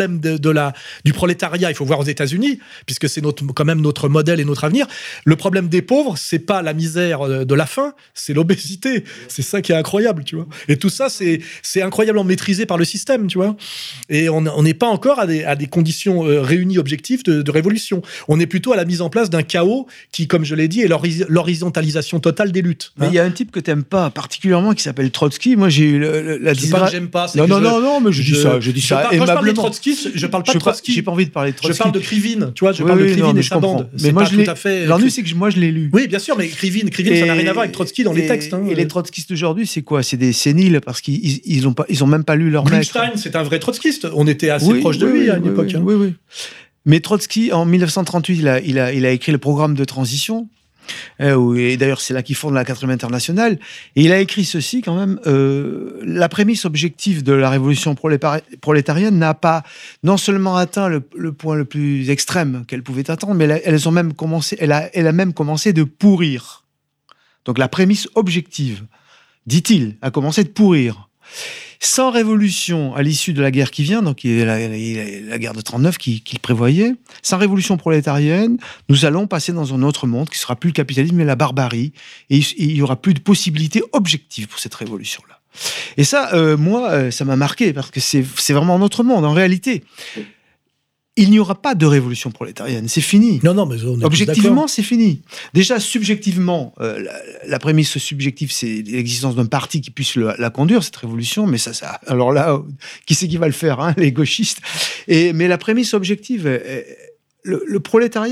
Speaker 4: du prolétariat, il faut voir aux États-Unis, puisque c'est quand même notre modèle et notre avenir. Le problème des pauvres, c'est pas la misère de la faim, c'est l'obésité. C'est ça qui est incroyable, tu vois. Et tout ça, c'est incroyablement maîtrisé par le système, tu vois. Et on n'est pas encore à des conditions réunies objectives de révolution. On est plutôt à la mise en place d'un chaos qui, comme je l'ai dit, est l'horizontalisation totale des luttes.
Speaker 2: Mais il y a un type que t'aimes pas particulièrement qui s'appelle Trotsky. Moi, j'ai eu
Speaker 4: c'est pas que j'aime pas.
Speaker 2: Non, mais je dis ça
Speaker 4: quand je parle de Trotsky, je parle pas de Trotsky.
Speaker 2: J'ai pas envie de parler de Trotsky.
Speaker 4: Je parle de Krivine, tu vois, je parle de Krivine et sa bande.
Speaker 2: Mais moi, l'ennui, c'est que moi, je l'ai lu.
Speaker 4: Oui, bien sûr, mais Krivine, ça n'a rien à voir avec Trotsky dans les textes.
Speaker 2: Et les trotskistes d'aujourd'hui, c'est quoi ? C'est des séniles parce qu'ils ont même pas lu leur maître.
Speaker 4: Grunstein, c'est un vrai trotskiste. On était assez proche de lui à une époque.
Speaker 2: Oui. Mais Trotsky, en 1938, il a écrit le programme de transition. Et d'ailleurs, c'est là qu'il fonde la 4e internationale. Et il a écrit ceci quand même. La prémisse objective de la révolution prolétarienne n'a pas non seulement atteint le point le plus extrême qu'elle pouvait atteindre, mais elle a même commencé de pourrir. Donc la prémisse objective, dit-il, a commencé de pourrir. Sans révolution à l'issue de la guerre qui vient, donc il y a la guerre de 39 qu'il prévoyait, sans révolution prolétarienne, nous allons passer dans un autre monde qui sera plus le capitalisme mais la barbarie, et il y aura plus de possibilités objectives pour cette révolution-là. Et ça, moi, ça m'a marqué parce que c'est vraiment un autre monde en réalité. Il n'y aura pas de révolution prolétarienne, c'est fini.
Speaker 4: Non, mais
Speaker 2: objectivement, c'est fini. Déjà, subjectivement, la prémisse subjective, c'est l'existence d'un parti qui puisse la conduire, cette révolution, mais ça alors là, qui c'est qui va le faire, hein, les gauchistes. Mais la prémisse objective, le prolétariat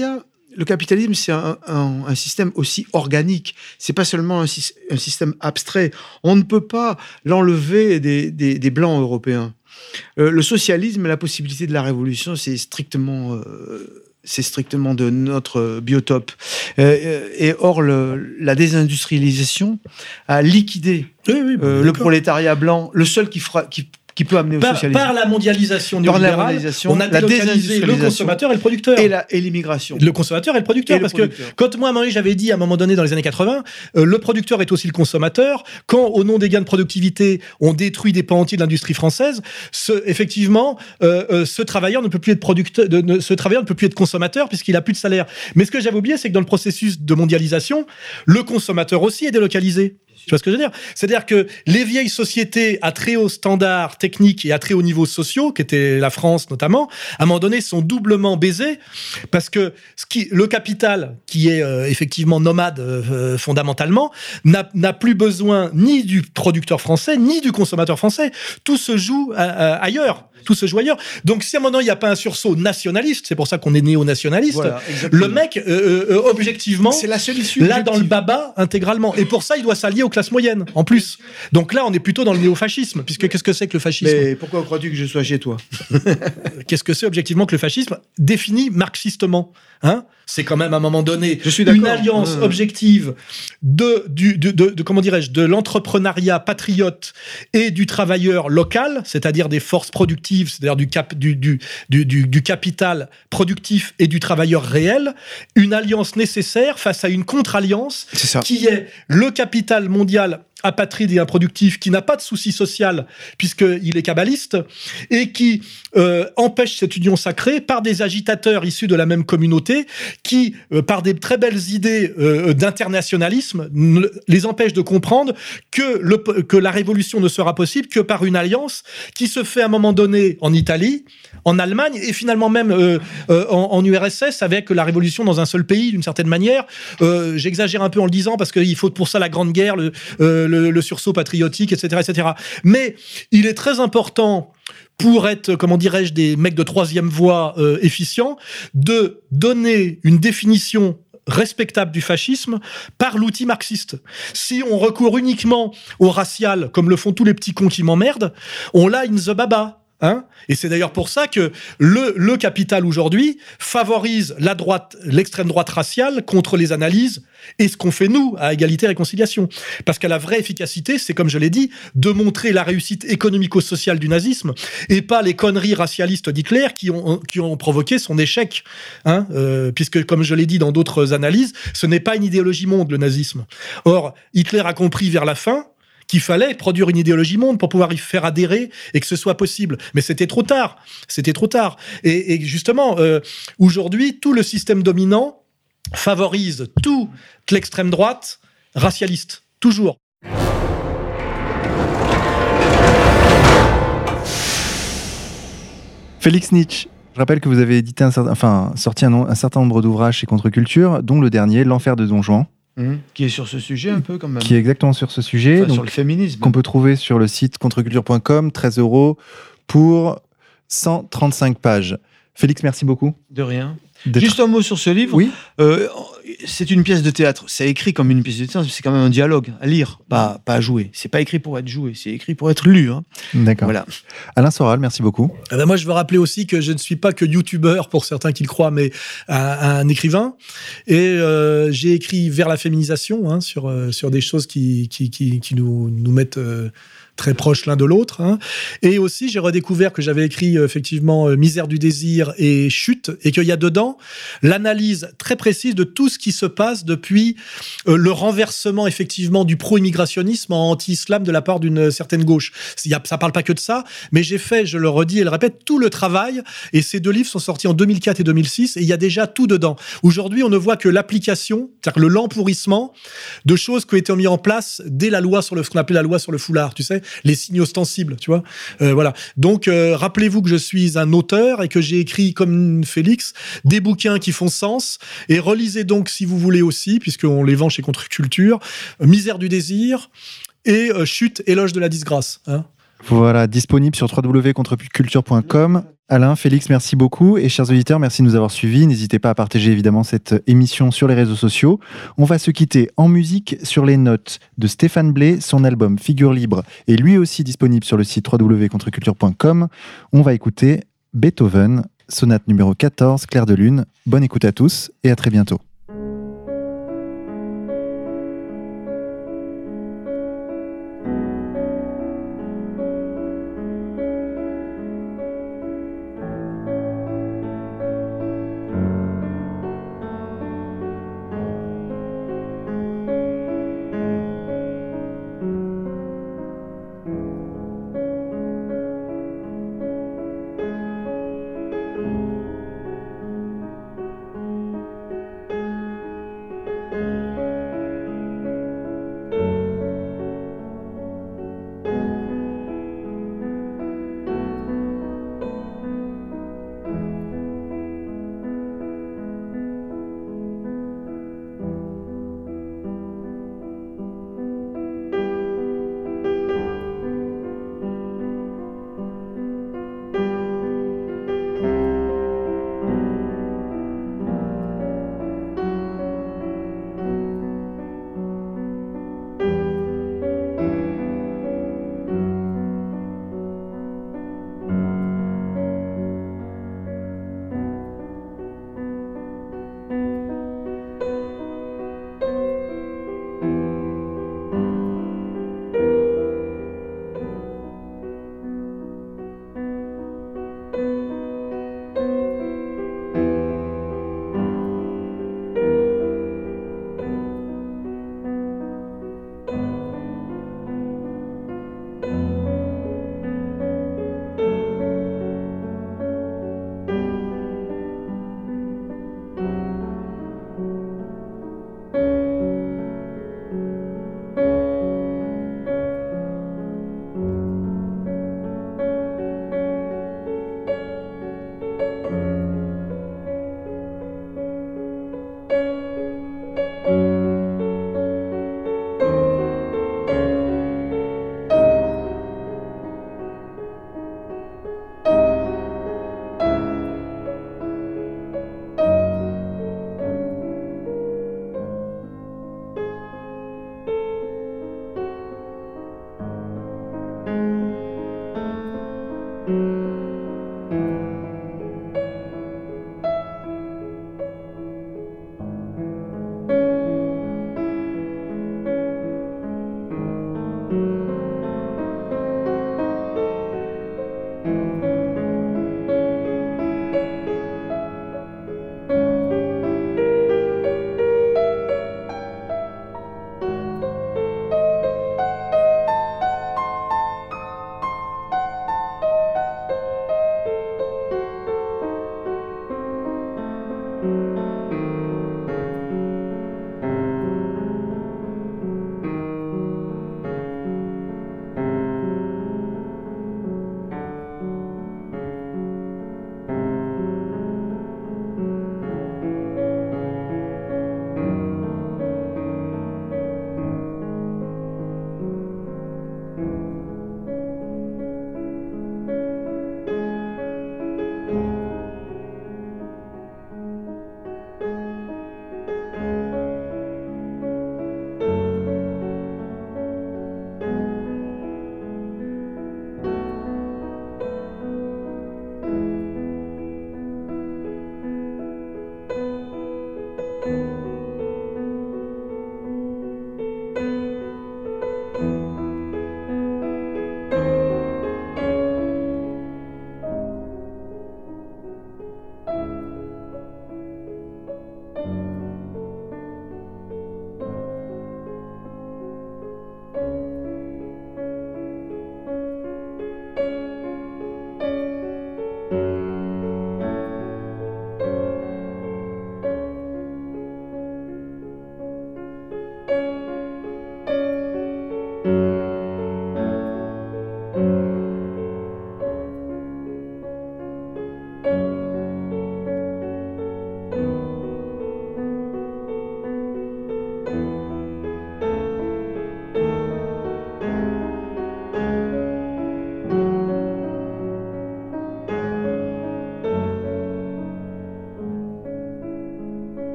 Speaker 2: le capitalisme, c'est un système aussi organique. C'est pas seulement un système abstrait. On ne peut pas l'enlever des blancs européens. Le socialisme, la possibilité de la révolution, c'est strictement de notre biotope. Et or, la désindustrialisation a liquidé le prolétariat blanc, le seul qui peut amener au socialisme.
Speaker 4: Par la mondialisation néolibérale, on a délocalisé le consommateur et le producteur.
Speaker 2: Et l'immigration.
Speaker 4: Le consommateur et le producteur. Que quand moi, à un moment donné, j'avais dit à un moment donné dans les années 80, le producteur est aussi le consommateur. Quand, au nom des gains de productivité, on détruit des pans entiers de l'industrie française, effectivement, ce travailleur ne peut plus être producteur, ce travailleur ne peut plus être consommateur puisqu'il a plus de salaire. Mais ce que j'avais oublié, c'est que dans le processus de mondialisation, le consommateur aussi est délocalisé. Tu vois ce que je veux dire ? C'est-à-dire que les vieilles sociétés à très haut standard technique et à très haut niveau sociaux, qui étaient la France notamment, à un moment donné sont doublement baisées parce que le capital, qui est effectivement nomade fondamentalement, n'a plus besoin ni du producteur français, ni du consommateur français. Tout se joue ailleurs. Tout se joue ailleurs. Donc, si à un moment, il n'y a pas un sursaut nationaliste, c'est pour ça qu'on est néo-nationaliste, voilà, le mec, objectivement,
Speaker 2: c'est la seule issue
Speaker 4: là, dans le baba, intégralement. Et pour ça, il doit s'allier aux classes moyennes, en plus. Donc là, on est plutôt dans le néo-fascisme, puisque qu'est-ce que c'est que le fascisme ?
Speaker 2: Mais pourquoi crois-tu que je sois chez toi ?
Speaker 4: Qu'est-ce que c'est, objectivement, que le fascisme défini marxistement, hein ? C'est quand même, à un moment donné, une alliance objective de l'entrepreneuriat patriote et du travailleur local, c'est-à-dire des forces productives, c'est-à-dire du capital productif et du travailleur réel, une alliance nécessaire face à une contre-alliance qui est le capital mondial apatride et improductif, qui n'a pas de souci social puisqu'il est kabbaliste, et qui empêche cette union sacrée par des agitateurs issus de la même communauté qui, par des très belles idées d'internationalisme, les empêche de comprendre que la révolution ne sera possible que par une alliance qui se fait à un moment donné en Italie, en Allemagne, et finalement même en URSS, avec la révolution dans un seul pays, d'une certaine manière. J'exagère un peu en le disant, parce qu'il faut pour ça la Grande Guerre, le sursaut patriotique, etc., etc. Mais il est très important pour être, comment dirais-je, des mecs de troisième voie efficients, de donner une définition respectable du fascisme par l'outil marxiste. Si on recourt uniquement au racial, comme le font tous les petits cons qui m'emmerdent, on l'a in the baba. Hein ? Et c'est d'ailleurs pour ça que le capital aujourd'hui favorise l'extrême droite raciale contre les analyses et ce qu'on fait nous à Égalité et Réconciliation. Parce qu'à la vraie efficacité, c'est comme je l'ai dit, de montrer la réussite économico-sociale du nazisme et pas les conneries racialistes d'Hitler qui ont provoqué son échec. Hein, puisque, comme je l'ai dit dans d'autres analyses, ce n'est pas une idéologie monde, le nazisme. Or, Hitler a compris vers la fin qu'il fallait produire une idéologie monde pour pouvoir y faire adhérer et que ce soit possible. Mais c'était trop tard. C'était trop tard. Et justement, aujourd'hui, tout le système dominant favorise toute l'extrême droite racialiste. Toujours.
Speaker 1: Félix Nietzsche, je rappelle que vous avez édité sorti un certain nombre d'ouvrages chez Contre-Culture, dont le dernier, L'Enfer de Don Juan.
Speaker 2: Qui est sur ce sujet un peu quand même.
Speaker 1: Qui est exactement sur ce sujet.
Speaker 2: Enfin,
Speaker 1: donc,
Speaker 2: sur le féminisme.
Speaker 1: Qu'on peut trouver sur le site contreculture.com, 13 € pour 135 pages. Félix, merci beaucoup.
Speaker 2: De rien. Juste un mot sur ce livre.
Speaker 1: Oui.
Speaker 2: C'est une pièce de théâtre. C'est écrit comme une pièce de théâtre, c'est quand même un dialogue à lire, pas à jouer. C'est pas écrit pour être joué, c'est écrit pour être lu. Hein.
Speaker 1: D'accord.
Speaker 2: Voilà.
Speaker 1: Alain Soral, merci beaucoup.
Speaker 4: Moi, je veux rappeler aussi que je ne suis pas que youtubeur, pour certains qui le croient, mais un écrivain. Et j'ai écrit Vers la féminisation, hein, sur des choses qui nous mettent très proches l'un de l'autre. Hein. Et aussi, j'ai redécouvert que j'avais écrit effectivement Misère du désir et Chute, et qu'il y a dedans l'analyse très précise de tout ce qui se passe depuis le renversement effectivement du pro-immigrationnisme en anti-islam de la part d'une certaine gauche. Ça parle pas que de ça, mais j'ai fait, je le redis et le répète, tout le travail, et ces deux livres sont sortis en 2004 et 2006, et il y a déjà tout dedans. Aujourd'hui, on ne voit que l'application, c'est-à-dire l'empourrissement de choses qui ont été mises en place dès la loi ce qu'on appelait la loi sur le foulard, tu sais, les signes ostensibles, tu vois. Voilà. Donc, rappelez-vous que je suis un auteur et que j'ai écrit, comme Félix, des bouquins qui font sens. Et relisez donc, si vous voulez aussi, puisqu'on les vend chez Contre-Culture, Misère du désir et Chute, éloge de la disgrâce. Hein.
Speaker 1: Voilà, disponible sur www.contreculture.com. Alain, Félix, merci beaucoup. Et chers auditeurs, merci de nous avoir suivis. N'hésitez pas à partager évidemment cette émission sur les réseaux sociaux. On va se quitter en musique sur les notes de Stéphane Blé. Son album Figure libre est lui aussi disponible sur le site www.contreculture.com. On va écouter Beethoven, sonate numéro 14, Clair de lune. Bonne écoute à tous et à très bientôt.